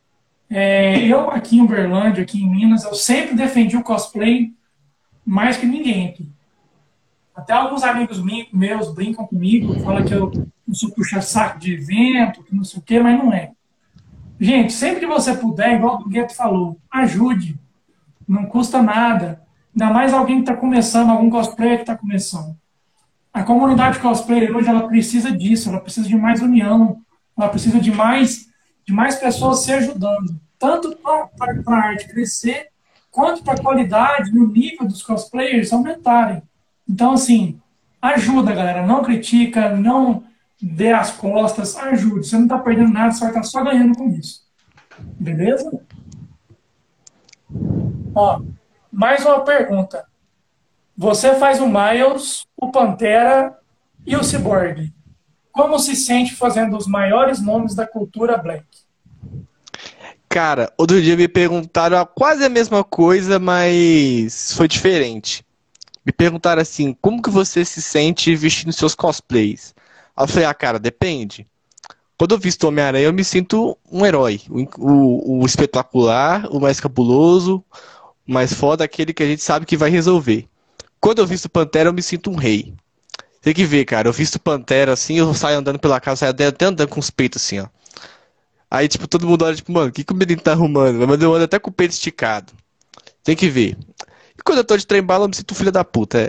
Eu aqui em Uberlândia, aqui em Minas, eu sempre defendi o cosplay mais que ninguém aqui. Até alguns amigos meus brincam comigo, falam que eu não sou puxa-saco de evento, que não sei o quê, mas não é. Gente, sempre que você puder, igual o Gueto falou, ajude. Não custa nada. Ainda mais alguém que está começando, algum cosplayer que está começando. A comunidade cosplayer hoje ela precisa disso, ela precisa de mais união, ela precisa de mais pessoas se ajudando. Tanto para a arte crescer, quanto para a qualidade e o nível dos cosplayers aumentarem. Então, assim, ajuda, galera. Não critica, não dê as costas, ajude. Você não está perdendo nada, você vai estar só ganhando com isso. Beleza? Ó, mais uma pergunta. Você faz o Miles, o Pantera e o Cyborg. Como se sente fazendo os maiores nomes da cultura black? Cara, outro dia me perguntaram quase a mesma coisa, mas foi diferente. Me perguntaram assim, como que você se sente vestindo seus cosplays? Aí eu falei, cara, depende. Quando eu visto Homem-Aranha, eu me sinto um herói. O espetacular, o mais cabuloso, o mais foda, aquele que a gente sabe que vai resolver. Quando eu visto Pantera, eu me sinto um rei. Tem que ver, cara. Eu visto Pantera assim, eu saio andando pela casa, saio até andando com os peitos assim, ó. Aí, tipo, todo mundo olha, tipo, mano, que o menino tá arrumando? Mas eu ando até com o peito esticado. Tem que ver. E quando eu tô de trem-bala, eu me sinto filho da puta.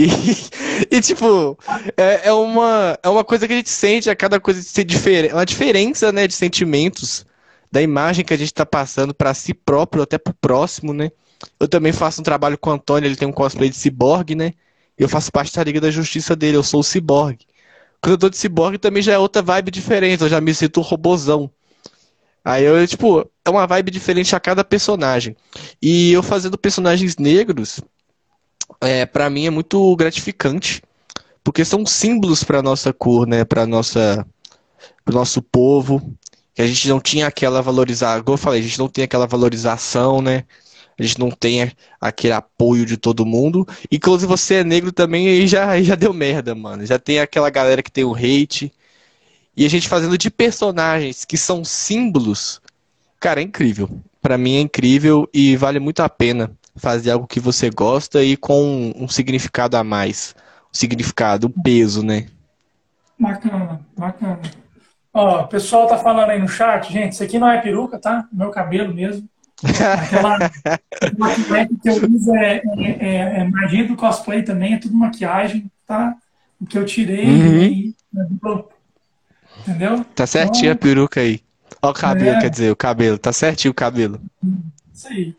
E tipo, é uma coisa que a gente sente, a cada coisa de ser diferente. Uma diferença, né, de sentimentos, da imagem que a gente tá passando pra si próprio, até pro próximo, né? Eu também faço um trabalho com o Antônio, ele tem um cosplay de ciborgue, né? Eu faço parte da Liga da Justiça dele, eu sou o ciborgue. Quando eu tô de ciborgue também já é outra vibe diferente, eu já me sinto um robozão. Aí eu, tipo, é uma vibe diferente a cada personagem. E eu fazendo personagens negros, para mim é muito gratificante, porque são símbolos para nossa cor, né, para nossa, pro nosso povo, que a gente não tinha aquela valorização, como eu falei, a gente não tem aquela valorização, né? A gente não tem aquele apoio de todo mundo. E quando você é negro também, aí já deu merda, mano. Já tem aquela galera que tem o hate. E a gente fazendo de personagens que são símbolos, cara, é incrível. Pra mim é incrível e vale muito a pena fazer algo que você gosta e com um significado a mais. Um significado, um peso, né? Bacana, bacana. Ó, o pessoal tá falando aí no chat, gente, isso aqui não é peruca, tá? Meu cabelo mesmo. Aquela maquiagem que eu uso é magia do cosplay também, é tudo maquiagem, tá? O que eu tirei Uhum. aí, entendeu? Tá certinho a Então, peruca aí. Ó, o cabelo, quer é dizer, o cabelo. Tá certinho o cabelo. isso aí.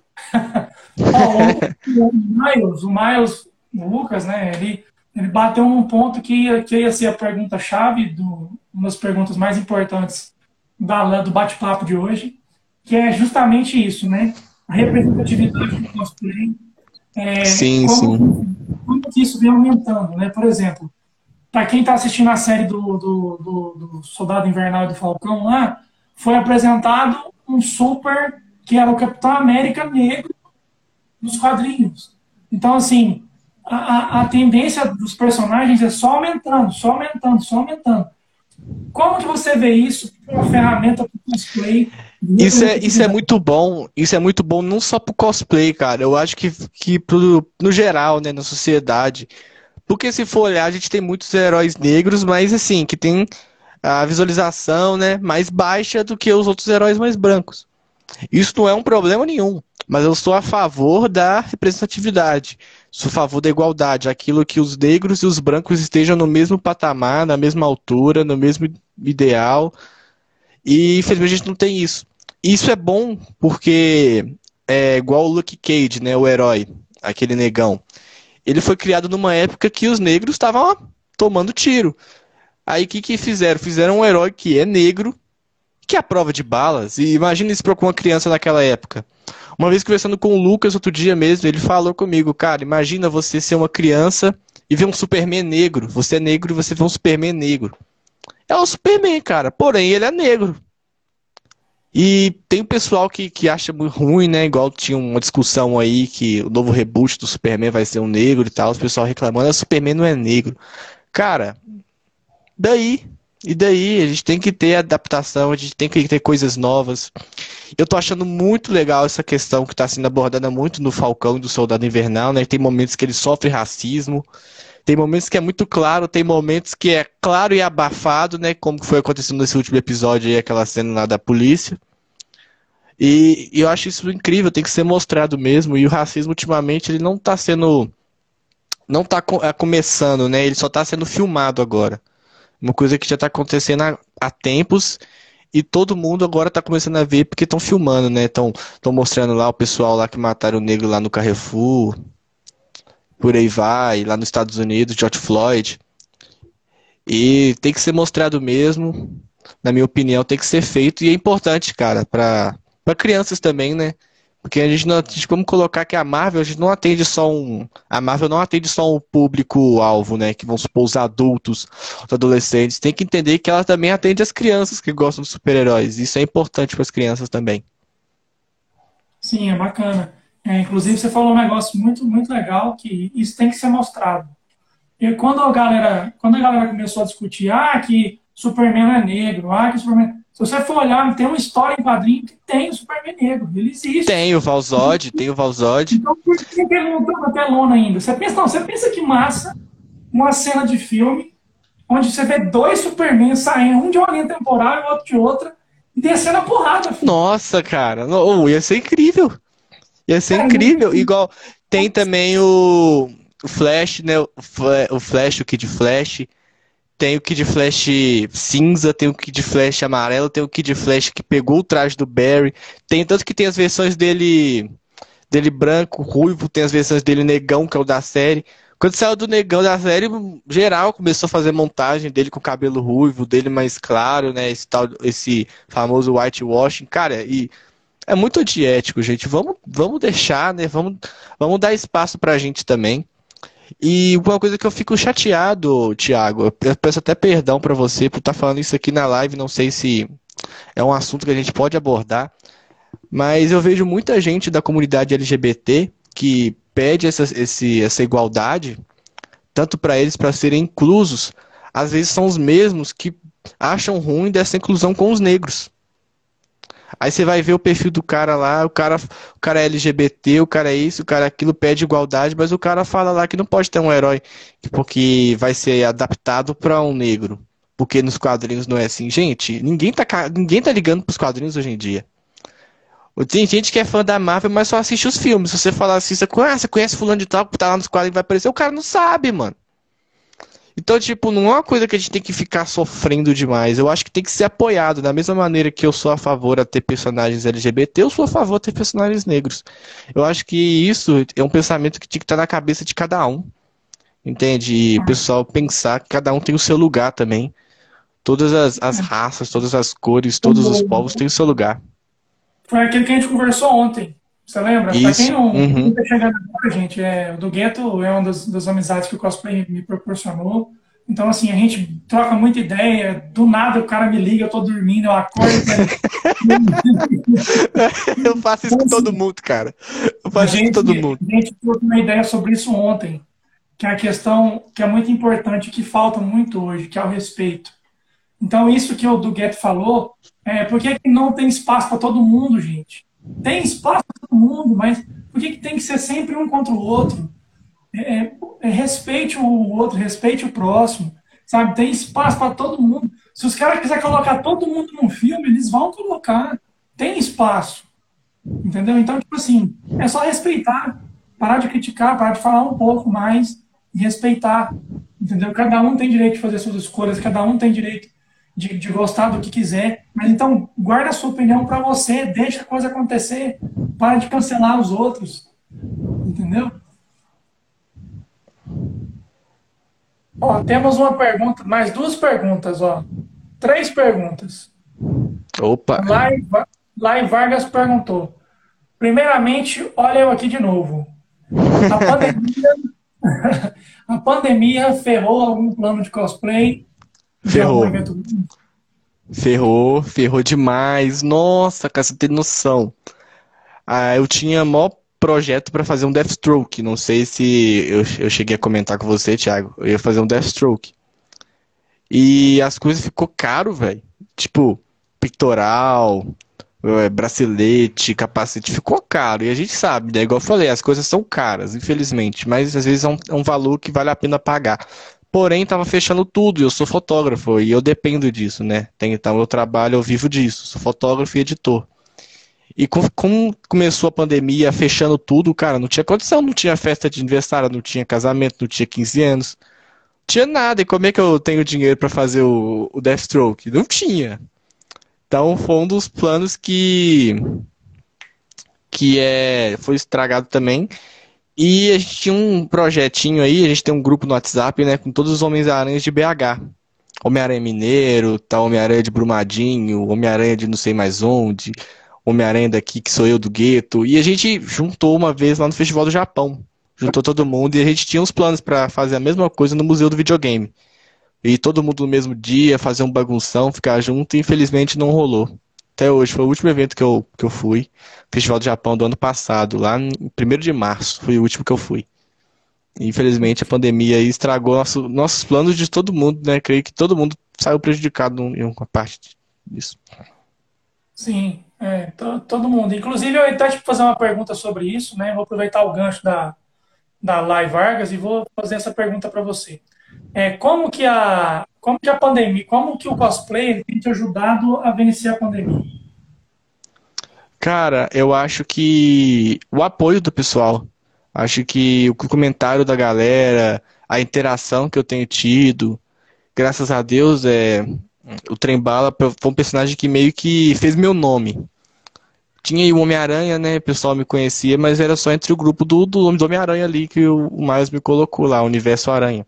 Ó, o Miles, o Lucas, né? Ele bateu num ponto que ia ser a pergunta-chave, uma das perguntas mais importantes do bate-papo de hoje, que é justamente isso, né? A representatividade do cosplay, Sim, como, sim. como que isso vem aumentando, né? Por exemplo, para quem está assistindo a série do Soldado Invernal e do Falcão lá, foi apresentado um super que era o Capitão América negro nos quadrinhos. Então, assim, a tendência dos personagens é só aumentando, só aumentando, só aumentando. Como que você vê isso como uma ferramenta para o cosplay de Isso é representatividade? muito bom. Isso é muito bom não só pro cosplay, cara. Eu acho que no geral, né, na sociedade. Porque se for olhar, a gente tem muitos heróis negros, mas assim, que tem a visualização, né, mais baixa do que os outros heróis mais brancos. Isso não é um problema nenhum, mas eu sou a favor da representatividade. Sou a favor da igualdade, aquilo que os negros e os brancos estejam no mesmo patamar, na mesma altura, no mesmo ideal. E infelizmente a gente não tem isso. E isso é bom porque é igual o Luke Cage, né, o herói, aquele negão. Ele foi criado numa época que os negros estavam ó, tomando tiro. Aí o que que fizeram? Fizeram um herói que é negro, que é a prova de balas. E imagina isso para uma criança naquela época. Uma vez conversando com o Lucas outro dia mesmo, ele falou comigo, cara, imagina você ser uma criança e ver um Superman negro. Você é negro e você vê um Superman negro. É o Superman, cara. Porém, ele é negro. E tem o pessoal que acha muito ruim, né? Igual tinha uma discussão aí que o novo reboot do Superman vai ser um negro e tal. O pessoal reclamando, o Superman não é negro. Cara, daí? E daí? A gente tem que ter adaptação, a gente tem que ter coisas novas. Eu tô achando muito legal essa questão que está sendo abordada muito no Falcão e do Soldado Invernal, né? Tem momentos que ele sofre racismo, tem momentos que é muito claro, tem momentos que é claro e abafado, né? Como que foi acontecendo nesse último episódio aí, aquela cena lá da polícia. E eu acho isso incrível, tem que ser mostrado mesmo. E o racismo, ultimamente, ele não tá sendo. Não tá começando, né? Ele só tá sendo filmado agora. Uma coisa que já tá acontecendo há tempos. E todo mundo agora tá começando a ver porque estão filmando, né? Estão mostrando lá o pessoal lá que mataram o negro lá no Carrefour. Por aí vai, lá nos Estados Unidos, George Floyd. E tem que ser mostrado mesmo. Na minha opinião, tem que ser feito. E é importante, cara, para crianças também, né? Porque a gente não, vamos colocar que a Marvel, a gente não atende só a Marvel não atende só um público-alvo, né? Que vão supor os adultos, os adolescentes. Tem que entender que ela também atende as crianças que gostam de super-heróis. Isso é importante para as crianças também. Sim, é bacana. Inclusive, você falou um negócio muito, muito legal, que isso tem que ser mostrado. E quando a galera começou a discutir, que Superman é negro, que Superman... Se você for olhar, tem uma história em quadrinho que tem o Superman negro, ele existe. Tem o Valzod. Então, por que ele não está na telona ainda? Você pensa que massa uma cena de filme onde você vê dois Superman saindo, um de uma linha temporal e o outro de outra, e descendo a porrada, filho. Nossa, cara, ia ser incrível. Ia ser Cara, incrível. Igual tem também o Flash, né? O Flash, o Kid Flash. Tem o Kid Flash cinza, tem o Kid Flash amarelo, tem o Kid Flash que pegou o traje do Barry. Tem tanto que tem as versões dele branco, ruivo, tem as versões dele negão, que é o da série. Quando saiu do negão da série, geral começou a fazer montagem dele com cabelo ruivo, dele mais claro, né? Esse famoso whitewashing. Cara, e é muito antiético, gente. Vamos deixar, né? Vamos dar espaço pra gente também. E uma coisa que eu fico chateado, Thiago, eu peço até perdão pra você por estar falando isso aqui na live, não sei se é um assunto que a gente pode abordar, mas eu vejo muita gente da comunidade LGBT que pede essa igualdade, tanto para eles para serem inclusos, às vezes são os mesmos que acham ruim dessa inclusão com os negros. Aí você vai ver o perfil do cara lá, o cara é LGBT, o cara é isso, o cara é aquilo, pede igualdade, mas o cara fala lá que não pode ter um herói porque vai ser adaptado para um negro. Porque nos quadrinhos não é assim. Gente, ninguém tá ligando pros quadrinhos hoje em dia. Tem gente que é fã da Marvel, mas só assiste os filmes. Se você falar assim, você conhece fulano de tal, que tá lá nos quadrinhos, vai aparecer, o cara não sabe, mano. Então, tipo, não é uma coisa que a gente tem que ficar sofrendo demais. Eu acho que tem que ser apoiado. Da mesma maneira que eu sou a favor de ter personagens LGBT, eu sou a favor de ter personagens negros. Eu acho que isso é um pensamento que tinha que estar na cabeça de cada um. Entende? E o pessoal pensar que cada um tem o seu lugar também. Todas as raças, todas as cores, todos os povos têm o seu lugar. Foi aquilo que a gente conversou ontem. Você lembra? Pra quem Isso. não tá chegando agora, gente, o do Gueto é uma das amizades que o cosplay me proporcionou. Então, assim, a gente troca muita ideia. Do nada o cara me liga, eu tô dormindo, eu acordo. Eu faço isso com todo mundo, cara. Eu faço isso com todo mundo. A gente trocou uma ideia sobre isso ontem, que é a questão que é muito importante, que falta muito hoje, que é o respeito. Então, isso que o do Gueto falou, por que não tem espaço para todo mundo, gente? Tem espaço para todo mundo, mas por que tem que ser sempre um contra o outro? Respeite o outro, respeite o próximo, sabe? Tem espaço para todo mundo. Se os caras quiserem colocar todo mundo num filme, eles vão colocar. Tem espaço, entendeu? Então, tipo assim, é só respeitar, parar de criticar, parar de falar um pouco mais e respeitar, entendeu? Cada um tem direito de fazer suas escolhas, cada um tem direito de gostar do que quiser, mas então guarda a sua opinião para você, deixa a coisa acontecer, para de cancelar os outros, entendeu? Ó, temos uma pergunta, mais duas perguntas, ó. 3 perguntas. Opa! Lai Vargas perguntou. Primeiramente, olha eu aqui de novo. A pandemia ferrou algum plano de cosplay? Ferrou. Ferrou demais. Nossa, cara, você tem noção. Eu tinha maior projeto pra fazer um Deathstroke. Não sei se eu cheguei a comentar com você, Thiago. Eu ia fazer um Deathstroke. E as coisas ficou caro, velho. Tipo, pectoral, bracelete, capacete, ficou caro. E a gente sabe, né? Igual eu falei, as coisas são caras, infelizmente. Mas às vezes é um valor que vale a pena pagar. Porém, tava fechando tudo, e eu sou fotógrafo, e eu dependo disso, né? Então, eu trabalho, eu vivo disso, sou fotógrafo e editor. E como começou a pandemia, fechando tudo, cara, não tinha condição, não tinha festa de aniversário, não tinha casamento, não tinha 15 anos, não tinha nada. E como é que eu tenho dinheiro pra fazer o Deathstroke? Não tinha. Então, foi um dos planos foi estragado também. E a gente tinha um projetinho aí, a gente tem um grupo no WhatsApp, né, com todos os Homens-Aranhas de BH. Homem-Aranha Mineiro, tá, Homem-Aranha de Brumadinho, Homem-Aranha de não sei mais onde, Homem-Aranha daqui, que sou eu do gueto. E a gente juntou uma vez lá no Festival do Japão. Juntou todo mundo e a gente tinha uns planos pra fazer a mesma coisa no Museu do Videogame. E todo mundo no mesmo dia, fazer um bagunção, ficar junto, e infelizmente não rolou. Até hoje, foi o último evento que eu fui. Festival do Japão do ano passado, lá em 1º de março, foi o último que eu fui. Infelizmente a pandemia aí estragou nossos planos de todo mundo, né? Creio que todo mundo saiu prejudicado em uma parte disso. Sim, todo mundo. Inclusive, eu ia até te fazer uma pergunta sobre isso, né? Vou aproveitar o gancho da Live Vargas e vou fazer essa pergunta para você. Como que a pandemia, como que o cosplay tem te ajudado a vencer a pandemia? Cara, eu acho que o apoio do pessoal, acho que o comentário da galera, a interação que eu tenho tido, graças a Deus, o Trembala foi um personagem que meio que fez meu nome. Tinha aí o Homem-Aranha, né? O pessoal me conhecia, mas era só entre o grupo do Homem-Aranha ali que o Miles me colocou lá, o Universo Aranha.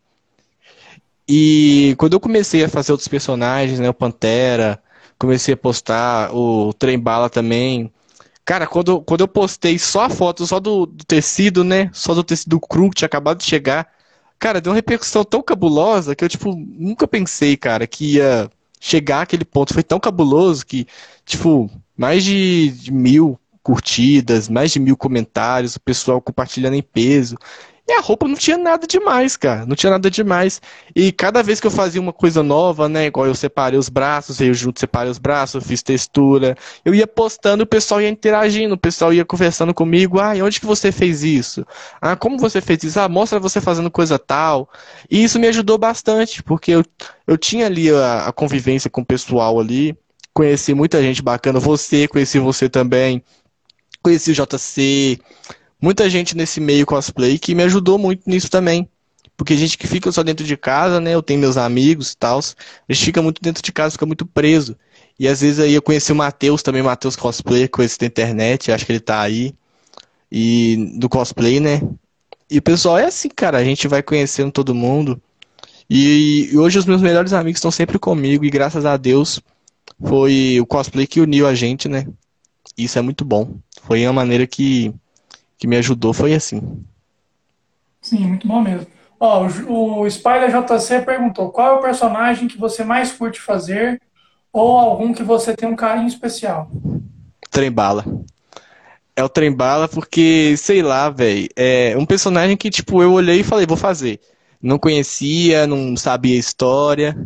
E quando eu comecei a fazer outros personagens, né? O Pantera, comecei a postar o Trem-Bala também. Cara, quando eu postei só a foto, só do tecido, né? Só do tecido cru que tinha acabado de chegar. Cara, deu uma repercussão tão cabulosa que eu, tipo, nunca pensei, cara, que ia chegar àquele ponto. Foi tão cabuloso que, tipo, mais de 1.000 curtidas, mais de 1.000 comentários, o pessoal compartilhando em peso. E a roupa não tinha nada demais, cara. Não tinha nada demais. E cada vez que eu fazia uma coisa nova, né? Igual eu separei os braços, eu junto separei os braços, fiz textura. Eu ia postando, o pessoal ia interagindo, o pessoal ia conversando comigo. Ah, e onde que você fez isso? Ah, como você fez isso? Ah, mostra você fazendo coisa tal. E isso me ajudou bastante, porque eu tinha ali a convivência com o pessoal ali. Conheci muita gente bacana. Conheci você também. Conheci o JC. Muita gente nesse meio cosplay que me ajudou muito nisso também. Porque gente que fica só dentro de casa, né? Eu tenho meus amigos e tal. A gente fica muito dentro de casa, fica muito preso. E às vezes aí eu conheci o Matheus também, Matheus Cosplay, conheci da internet, acho que ele tá aí. E do cosplay, né? E o pessoal é assim, cara, a gente vai conhecendo todo mundo. E hoje os meus melhores amigos estão sempre comigo e graças a Deus foi o cosplay que uniu a gente, né? Isso é muito bom. Foi uma maneira que me ajudou, foi assim. Sim, muito bom mesmo. Ó, o Spider JC perguntou: qual é o personagem que você mais curte fazer ou algum que você tem um carinho especial? Trem-bala. É o Trem-bala porque, sei lá, velho, é um personagem que, tipo, eu olhei e falei, vou fazer. Não conhecia, não sabia a história.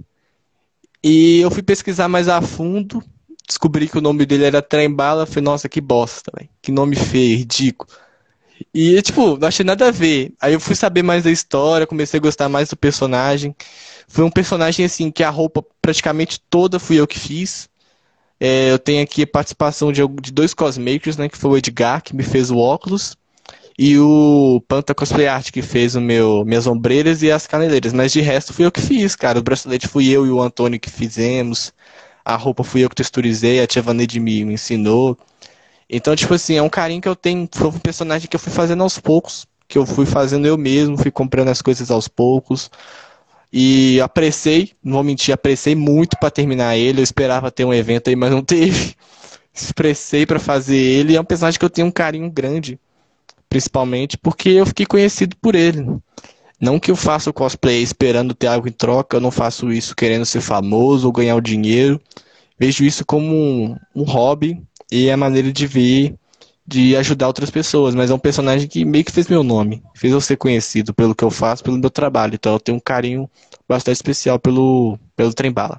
E eu fui pesquisar mais a fundo, descobri que o nome dele era Trem-bala, falei, nossa, que bosta, velho. Que nome feio, ridículo. E, tipo, não achei nada a ver. Aí eu fui saber mais da história, comecei a gostar mais do personagem. Foi um personagem, assim, que a roupa praticamente toda fui eu que fiz. Eu tenho aqui a participação de dois cosmakers, né? Que foi o Edgar, que me fez o óculos, e o Panta Cosplay Art, que fez minhas ombreiras e as caneleiras. Mas de resto fui eu que fiz, cara. O bracelete fui eu e o Antônio que fizemos. A roupa fui eu que texturizei, a tia Vaneide me ensinou. Então, tipo assim, é um carinho que eu tenho. Foi um personagem que eu fui fazendo aos poucos. Que eu fui fazendo eu mesmo, fui comprando as coisas aos poucos. E apressei, não vou mentir, apressei muito pra terminar ele. Eu esperava ter um evento aí, mas não teve. Expressei pra fazer ele. É um personagem que eu tenho um carinho grande, principalmente porque eu fiquei conhecido por ele. Não que eu faça o cosplay esperando ter algo em troca, eu não faço isso querendo ser famoso ou ganhar o dinheiro. Vejo isso como um hobby e é a maneira de ver, de ajudar outras pessoas. Mas é um personagem que meio que fez meu nome, fez eu ser conhecido pelo que eu faço, pelo meu trabalho. Então eu tenho um carinho bastante especial pelo Trem-bala.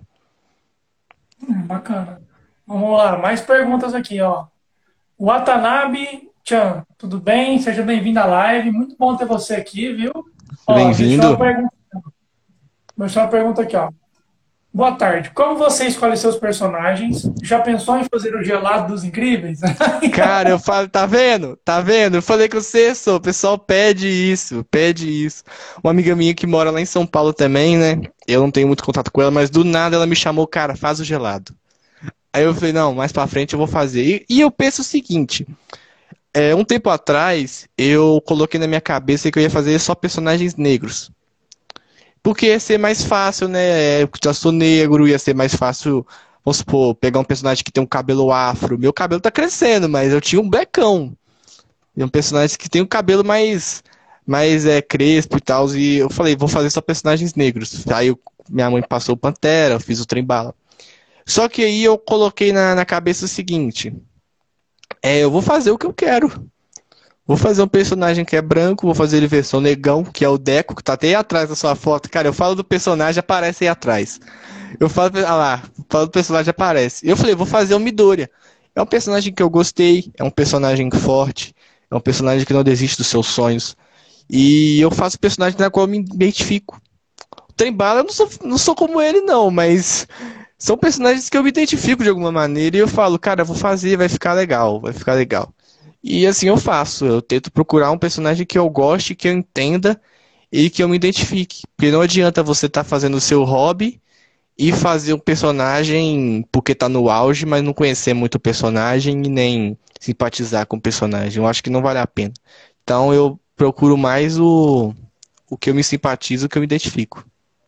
Bacana. Vamos lá, mais perguntas aqui, ó. Watanabe-chan, tudo bem? Seja bem-vindo à live. Muito bom ter você aqui, viu? Ó, Bem-vindo. deixa uma pergunta aqui, ó. Boa tarde. Como você escolhe seus personagens? Já pensou em fazer o gelado dos incríveis? Cara, eu falo, tá vendo? Tá vendo? Eu falei com você, só, o pessoal pede isso, pede isso. Uma amiga minha que mora lá em São Paulo também, né? Eu não tenho muito contato com ela, mas do nada ela me chamou, cara, faz o gelado. Aí eu falei, não, mais pra frente eu vou fazer. E eu penso o seguinte, um tempo atrás eu coloquei na minha cabeça que eu ia fazer só personagens negros. Porque ia ser mais fácil, né? Eu já sou negro, ia ser mais fácil vamos supor, pegar um personagem que tem um cabelo afro. Meu cabelo tá crescendo, mas eu tinha um blackão. E um personagem que tem um cabelo mais crespo e tal. E eu falei, vou fazer só personagens negros. Aí minha mãe passou o Pantera, eu fiz o Trem-Bala. Só que aí eu coloquei na cabeça o seguinte: eu vou fazer o que eu quero. Vou fazer um personagem que é branco, vou fazer ele versão negão, que é o Deco, que tá até aí atrás da sua foto. Cara, eu falo do personagem, aparece aí atrás. Eu falo, ah lá, falo do personagem, aparece. Eu falei, vou fazer o Midoriya. É um personagem que eu gostei, é um personagem forte, é um personagem que não desiste dos seus sonhos. E eu faço personagem na qual eu me identifico. O Trem-Bala, eu não sou como ele, não, mas são personagens que eu me identifico de alguma maneira e eu falo, cara, eu vou fazer, vai ficar legal, vai ficar legal. E assim eu faço, eu tento procurar um personagem que eu goste, que eu entenda e que eu me identifique. Porque não adianta você estar fazendo o seu hobby e fazer um personagem porque tá no auge, mas não conhecer muito o personagem e nem simpatizar com o personagem. Eu acho que não vale a pena. Então eu procuro mais o que eu me simpatizo, o que eu me identifico.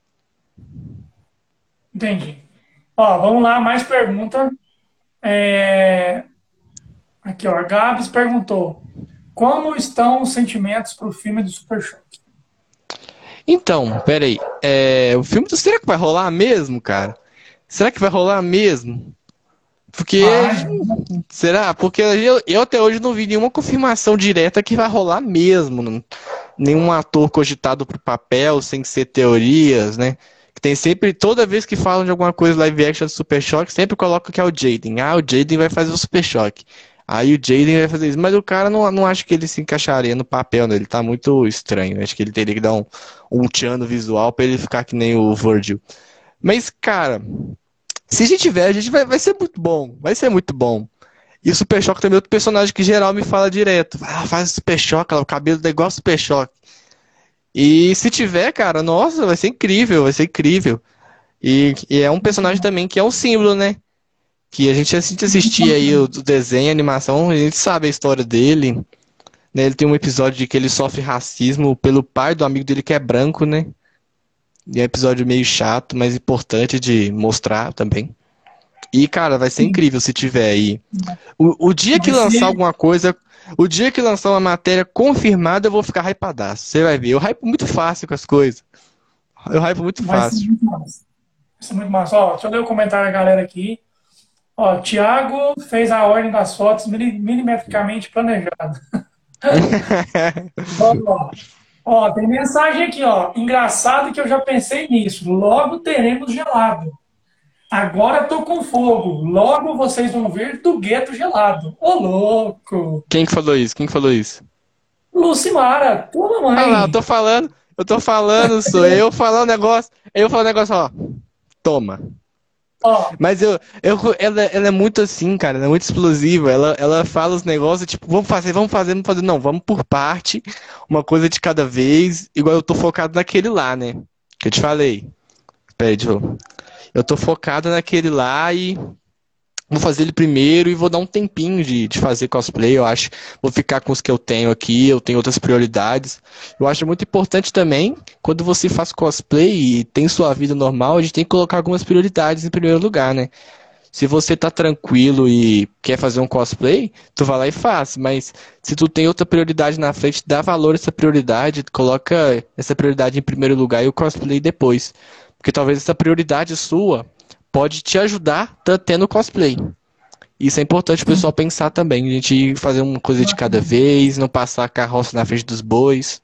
Entendi. Ó, vamos lá, mais pergunta. É, Aqui, ó, a Gabs perguntou: como estão os sentimentos pro filme do Super Choque? Então, peraí. O filme será que vai rolar mesmo, cara? Será que vai rolar mesmo? Porque. Vai, Será? Porque eu até hoje não vi nenhuma confirmação direta que vai rolar mesmo. Nenhum ator cogitado pro papel, sem ser teorias, né? Que tem sempre, toda vez que falam de alguma coisa live action do Super Choque, sempre colocam que é o Jaden. Ah, o Jaden vai fazer o Super Choque. Aí o Jaden vai fazer isso. Mas o cara não acho que ele se encaixaria no papel, né? Ele tá muito estranho. Acho que ele teria que dar um tchan no visual pra ele ficar que nem o Virgil. Mas, cara, se a gente tiver, a gente vai ser muito bom. Vai ser muito bom. E o Super Choque também é outro personagem que geral me fala direto. Ah, faz o Super Choque, o cabelo é igual ao Super Choque. E se tiver, cara, nossa, vai ser incrível, vai ser incrível. E é um personagem também que é um símbolo, né? Que a gente assistia aí o desenho, a animação, a gente sabe a história dele. Né? Ele tem um episódio de que ele sofre racismo pelo pai do amigo dele que é branco, né? E é um episódio meio chato, mas importante de mostrar também. E, cara, vai ser sim. incrível se tiver aí. O dia que Vai lançar ser, alguma coisa, o dia que lançar uma matéria confirmada, eu vou ficar hypadaço. Você vai ver. Eu hypo muito fácil com as coisas. Eu hypo muito vai ser fácil. muito massa. Vai ser muito massa. Ó, deixa eu ler o comentário da galera aqui. Ó, Thiago fez a ordem das fotos milimetricamente planejada. Ó, ó, tem mensagem aqui, ó. Engraçado que eu já pensei nisso. Logo teremos gelado. Agora tô com fogo. Logo vocês vão ver do gueto gelado. Ô, louco! Quem que falou isso? Quem que falou isso? Lucimara, tua Ah lá, mamãe. eu tô falando, sou eu falando um negócio, ó, toma. Ó, Mas ela é muito assim, cara, ela é muito explosiva. Ela fala os negócios, tipo, vamos fazer, vamos fazer. Não, vamos por parte, uma coisa de cada vez. Igual eu tô focado naquele lá, né? Que eu te falei. Pede, eu tô focado naquele lá e vou fazer ele primeiro e vou dar um tempinho de fazer cosplay, eu acho. Vou ficar com os que eu tenho aqui, eu tenho outras prioridades. Eu acho muito importante também, quando você faz cosplay e tem sua vida normal, a gente tem que colocar algumas prioridades em primeiro lugar, né? Se você tá tranquilo e quer fazer um cosplay, tu vai lá e faz. Mas se tu tem outra prioridade na frente, dá valor a essa prioridade, coloca essa prioridade em primeiro lugar e o cosplay depois. Porque talvez essa prioridade sua pode te ajudar até no cosplay. Isso é importante o pessoal pensar também. A gente fazer uma coisa de cada vez, não passar a carroça na frente dos bois.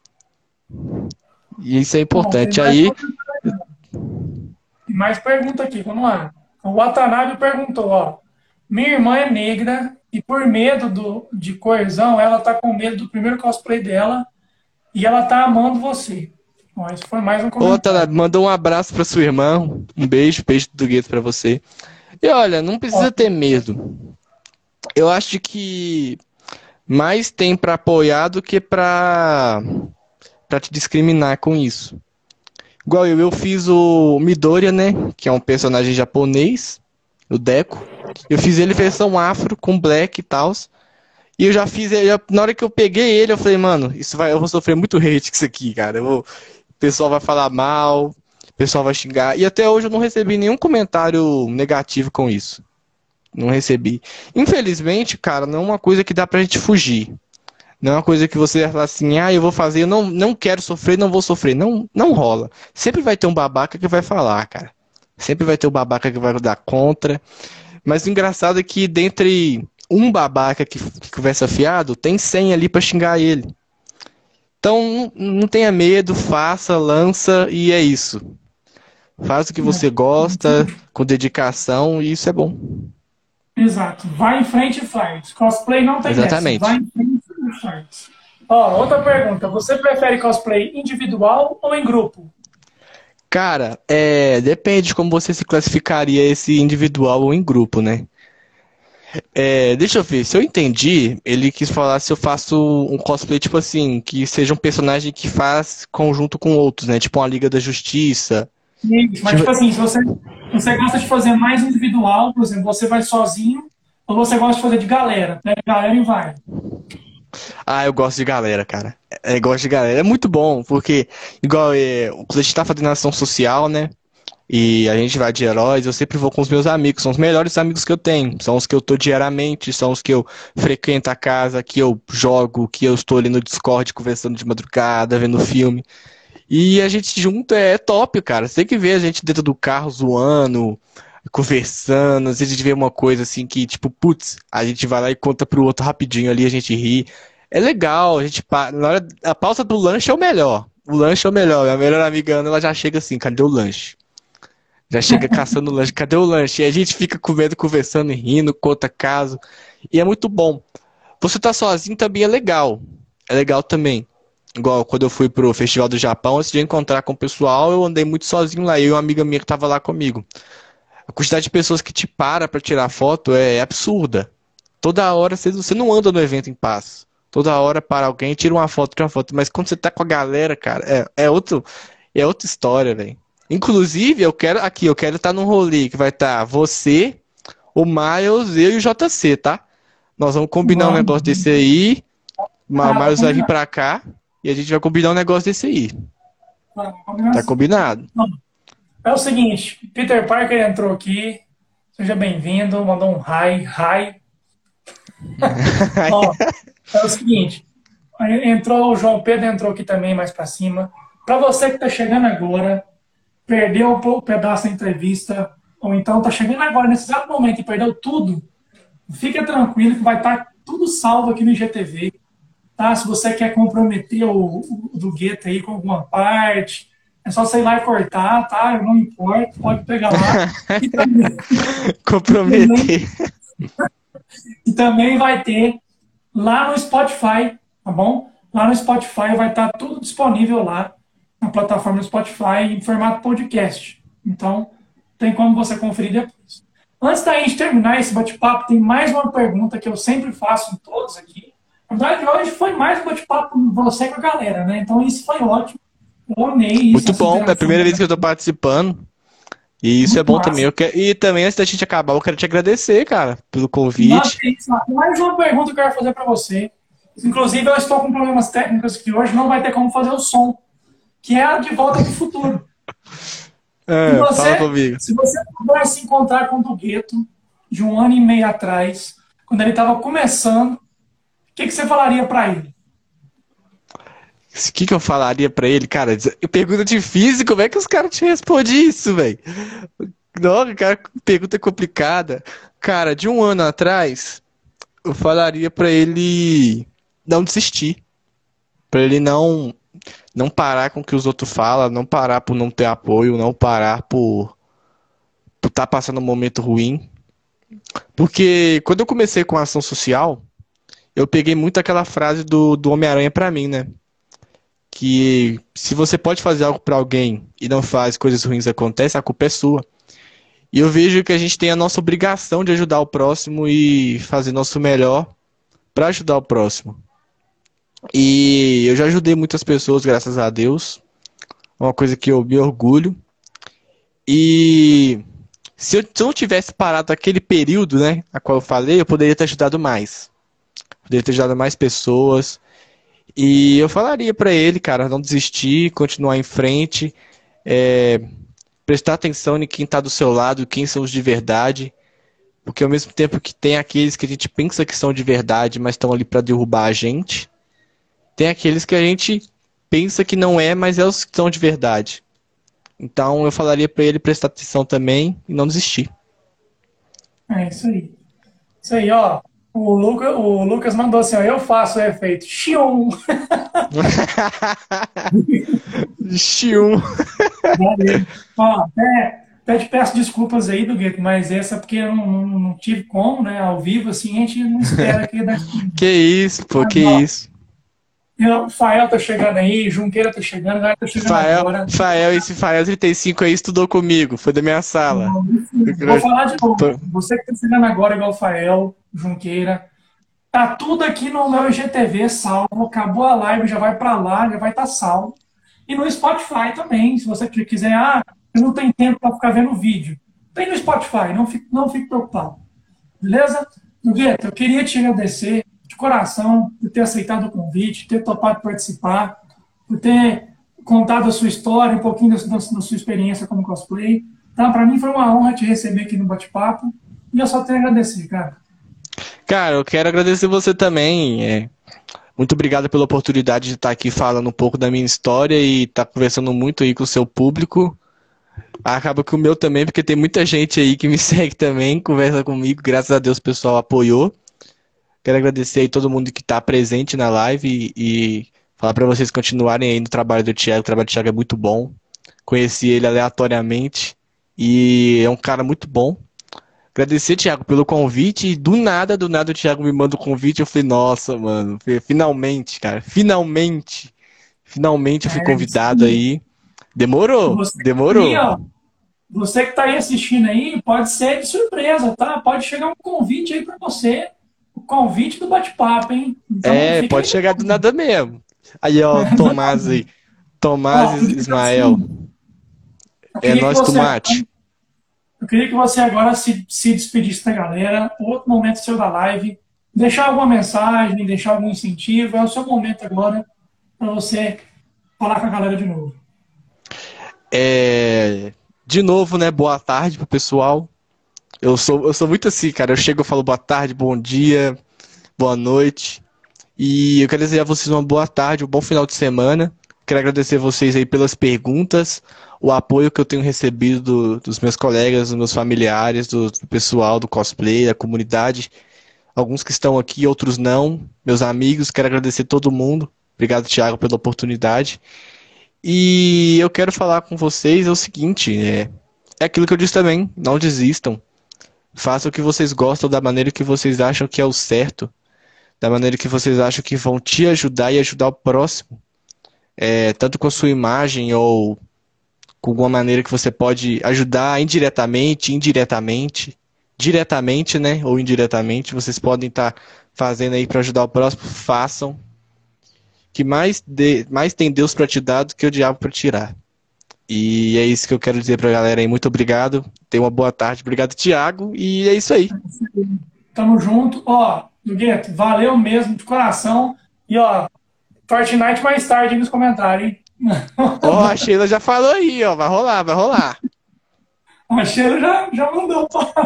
E isso é ó, importante. Aí, tem mais pergunta aqui, vamos lá. O Watanabe perguntou, ó. Minha irmã é negra e por medo de coerção, ela tá com medo do primeiro cosplay dela e ela tá amando você. Ó, esse foi mais um outra, comentário. mandou um abraço pra sua irmã. Um beijo, beijo do gueto pra você. E olha, não Ó, precisa ter medo. Eu acho que mais tem pra apoiar do que pra te discriminar com isso. Igual eu fiz o Midoriya, né? Que é um personagem japonês, o Deco. Eu fiz ele versão afro, com black e tal. E eu já fiz, na hora que eu peguei ele, eu falei, mano, eu vou sofrer muito hate com isso aqui, cara. O pessoal vai falar mal. pessoal vai xingar. E até hoje eu não recebi nenhum comentário negativo com isso. Não recebi. Infelizmente, cara, não é uma coisa que dá pra gente fugir. Não é uma coisa que você vai falar assim, eu vou fazer, eu não quero sofrer, não vou sofrer. Não, não rola. Sempre vai ter um babaca que vai falar, cara. Sempre vai ter um babaca que vai dar contra. Mas o engraçado é que dentre um babaca que conversa fiado, tem 100 ali pra xingar ele. Então, não tenha medo, faça, lança e é isso. Faz o que você gosta, com dedicação, e isso é bom. Exato. Vai em frente e faz. Cosplay não tem dessa. Exatamente. Vai em frente e faz. Ó, outra pergunta. Você prefere cosplay individual ou em grupo? Cara, depende de como você se classificaria esse individual ou em grupo, né? Deixa eu ver, se eu entendi, ele quis falar se eu faço um cosplay, tipo assim, que seja um personagem que faz conjunto com outros, né? Tipo uma Liga da Justiça. Isso, mas tipo assim, se você gosta de fazer mais individual, por exemplo, você vai sozinho, ou você gosta de fazer de galera? Pega galera e vai. Eu gosto de galera, cara. Gosto de galera. É muito bom, porque, igual, quando a gente tá fazendo ação social, né? E a gente vai de heróis, eu sempre vou com os meus amigos. São os melhores amigos que eu tenho. São os que eu tô diariamente, são os que eu frequento a casa, que eu jogo, que eu estou ali no Discord conversando de madrugada, vendo filme. E a gente junto é top, cara. Você tem que ver a gente dentro do carro zoando, conversando. Às vezes a gente vê uma coisa assim que, tipo, putz, a gente vai lá e conta pro outro rapidinho ali, a gente ri. É legal, na hora, a pausa do lanche é o melhor. O lanche é o melhor. Minha melhor amiga Ana, ela já chega assim, cadê o lanche? Já chega caçando o lanche, cadê o lanche? E a gente fica comendo, conversando e rindo, conta caso. E é muito bom. Você tá sozinho também é legal. É legal também. Igual quando eu fui pro Festival do Japão, antes de encontrar com o pessoal, eu andei muito sozinho lá. Eu e uma amiga minha que tava lá comigo. A quantidade de pessoas que te para pra tirar foto é absurda. Toda hora você não anda no evento em paz. Toda hora para alguém, tira uma foto, tira uma foto. Mas quando você tá com a galera, cara, é outra história, velho. Inclusive, eu quero estar num rolê que vai estar você, o Miles, eu e o JC, tá? Nós vamos combinar um negócio desse aí. O Miles vai vir pra cá e a gente vai combinar um negócio desse aí. Tá combinado. É o seguinte, Peter Parker entrou aqui. Seja bem-vindo, mandou um hi. Ó, é o seguinte, o João Pedro entrou aqui também mais pra cima. Pra você que tá chegando agora, perdeu um pedaço da entrevista, ou então tá chegando agora nesse exato momento e perdeu tudo, fica tranquilo que vai estar tudo salvo aqui no IGTV. Tá? Se você quer comprometer o do Guetta aí com alguma parte, é só você ir lá e cortar, tá? Eu não me importo, pode pegar lá. E também, Comprometer. e também vai ter lá no Spotify, tá bom? Lá no Spotify vai estar tudo disponível lá na plataforma do Spotify em formato podcast. Então, tem como você conferir depois. Antes da gente terminar esse bate-papo, tem mais uma pergunta que eu sempre faço em todos aqui. Na verdade, hoje foi mais um bate-papo com você e com a galera, né? Então, isso foi ótimo. Eu amei isso. Muito bom, é a primeira vez que eu tô participando. E isso muito é bom massa. Também. E também, antes da gente acabar, eu quero te agradecer, cara, pelo convite. Mais uma pergunta que eu quero fazer para você. Inclusive, eu estou com problemas técnicos que hoje não vai ter como fazer o som, que é a De Volta para o Futuro. Fala comigo. Se você puder se encontrar com o do Gueto de 1 ano e meio atrás, quando ele estava começando, o que você falaria para ele? O que eu falaria pra ele? Cara, pergunta difícil, como é que os caras te respondem isso, velho? Nossa, cara, pergunta complicada. Cara, de 1 ano atrás, eu falaria pra ele não desistir. Pra ele não parar com o que os outros falam, não parar por não ter apoio, não parar por estar passando um momento ruim. Porque quando eu comecei com a ação social, eu peguei muito aquela frase do Homem-Aranha pra mim, né? Que se você pode fazer algo pra alguém e não faz, coisas ruins acontecem, a culpa é sua. E eu vejo que a gente tem a nossa obrigação de ajudar o próximo e fazer nosso melhor pra ajudar o próximo. E eu já ajudei muitas pessoas, graças a Deus. É uma coisa que eu me orgulho. E se eu não tivesse parado aquele período, né, a qual eu falei, eu poderia ter ajudado mais. Poderia ter ajudado mais pessoas. E eu falaria pra ele, cara, não desistir, continuar em frente, prestar atenção em quem está do seu lado, quem são os de verdade, porque ao mesmo tempo que tem aqueles que a gente pensa que são de verdade, mas estão ali para derrubar a gente, tem aqueles que a gente pensa que não é, mas é os que são de verdade. Então eu falaria para ele prestar atenção também e não desistir. É isso aí. Isso aí, ó. O Lucas mandou assim, ó, eu faço o efeito. Xium! Xium. Valeu. Ó, até te peço desculpas aí do Gueto, mas essa é porque eu não tive como, né? Ao vivo, assim, a gente não espera que dá. Que isso, pô, que Ó, isso. o Fael tá chegando aí, Junqueira tá chegando, a galera tá chegando agora. Esse Fael 35 aí estudou comigo, foi da minha sala. Vou falar de novo. Você que tá chegando agora, igual o Fael, Junqueira, tá tudo aqui no meu IGTV salvo. Acabou a live, já vai pra lá, já vai estar salvo. E no Spotify também, se você quiser. Ah, eu não tenho tempo para ficar vendo vídeo. Tem no Spotify, não fique preocupado. Beleza? Gueto, eu queria te agradecer de coração por ter aceitado o convite, ter topado participar, por ter contado a sua história, um pouquinho da sua experiência como cosplay. Tá? Para mim foi uma honra te receber aqui no bate-papo. E eu só tenho a agradecer, cara. Cara, eu quero agradecer você também. Muito obrigado pela oportunidade de estar aqui falando um pouco da minha história e estar conversando muito aí com o seu público. Acaba que o meu também, porque tem muita gente aí que me segue também, conversa comigo. Graças a Deus o pessoal apoiou. Quero agradecer aí todo mundo que está presente na live e falar para vocês continuarem aí no trabalho do Thiago. O trabalho do Thiago é muito bom. Conheci ele aleatoriamente e é um cara muito bom. Agradecer, Thiago, pelo convite. E do nada o Thiago me manda o convite. Eu falei, nossa, mano, finalmente, cara, finalmente eu fui convidado aí. Demorou. Aí, ó, você que está aí assistindo aí, pode ser de surpresa, tá? Pode chegar um convite aí para você. O convite do bate-papo, hein? Então, pode chegar do nada mesmo. Aí, ó, Tomás aí. Tomás Ismael. É nóis, tomate. Eu queria que você agora se despedisse da galera, outro momento seu da live, deixar alguma mensagem, deixar algum incentivo, é o seu momento agora para você falar com a galera de novo. De novo, né, boa tarde pro pessoal. Eu sou muito assim, cara, eu chego e falo boa tarde, bom dia, boa noite, e eu quero desejar a vocês uma boa tarde, um bom final de semana. Quero agradecer vocês aí pelas perguntas, o apoio que eu tenho recebido dos meus colegas, dos meus familiares, do pessoal do cosplay, da comunidade. Alguns que estão aqui, outros não. Meus amigos, quero agradecer todo mundo. Obrigado, Thiago, pela oportunidade. E eu quero falar com vocês o seguinte, é aquilo que eu disse também, não desistam. Façam o que vocês gostam da maneira que vocês acham que é o certo, da maneira que vocês acham que vão te ajudar e ajudar o próximo. Tanto com a sua imagem ou com alguma maneira que você pode ajudar indiretamente, diretamente, né, ou indiretamente, vocês podem estar fazendo aí para ajudar o próximo, façam. Que mais tem Deus para te dar do que o diabo para tirar. E é isso que eu quero dizer para a galera aí. Muito obrigado, tenha uma boa tarde, obrigado, Thiago, e é isso aí. Tamo junto. Ó, Gueto, valeu mesmo, de coração. E ó, Fortnite mais tarde aí nos comentários, hein? Ó, a Sheila já falou aí, ó. Vai rolar. A Sheila já mandou.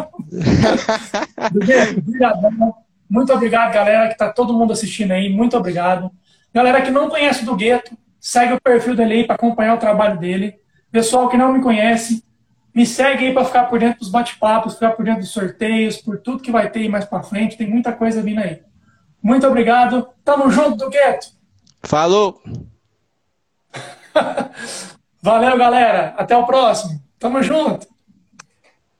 Obrigadão. Muito obrigado, galera, que tá todo mundo assistindo aí. Muito obrigado. Galera que não conhece do Gueto, segue o perfil dele aí para acompanhar o trabalho dele. Pessoal que não me conhece, me segue aí para ficar por dentro dos bate-papos, ficar por dentro dos sorteios, por tudo que vai ter aí mais para frente. Tem muita coisa vindo aí. Muito obrigado. Tamo junto, do Gueto. Falou! Valeu, galera. Até o próximo. Tamo junto.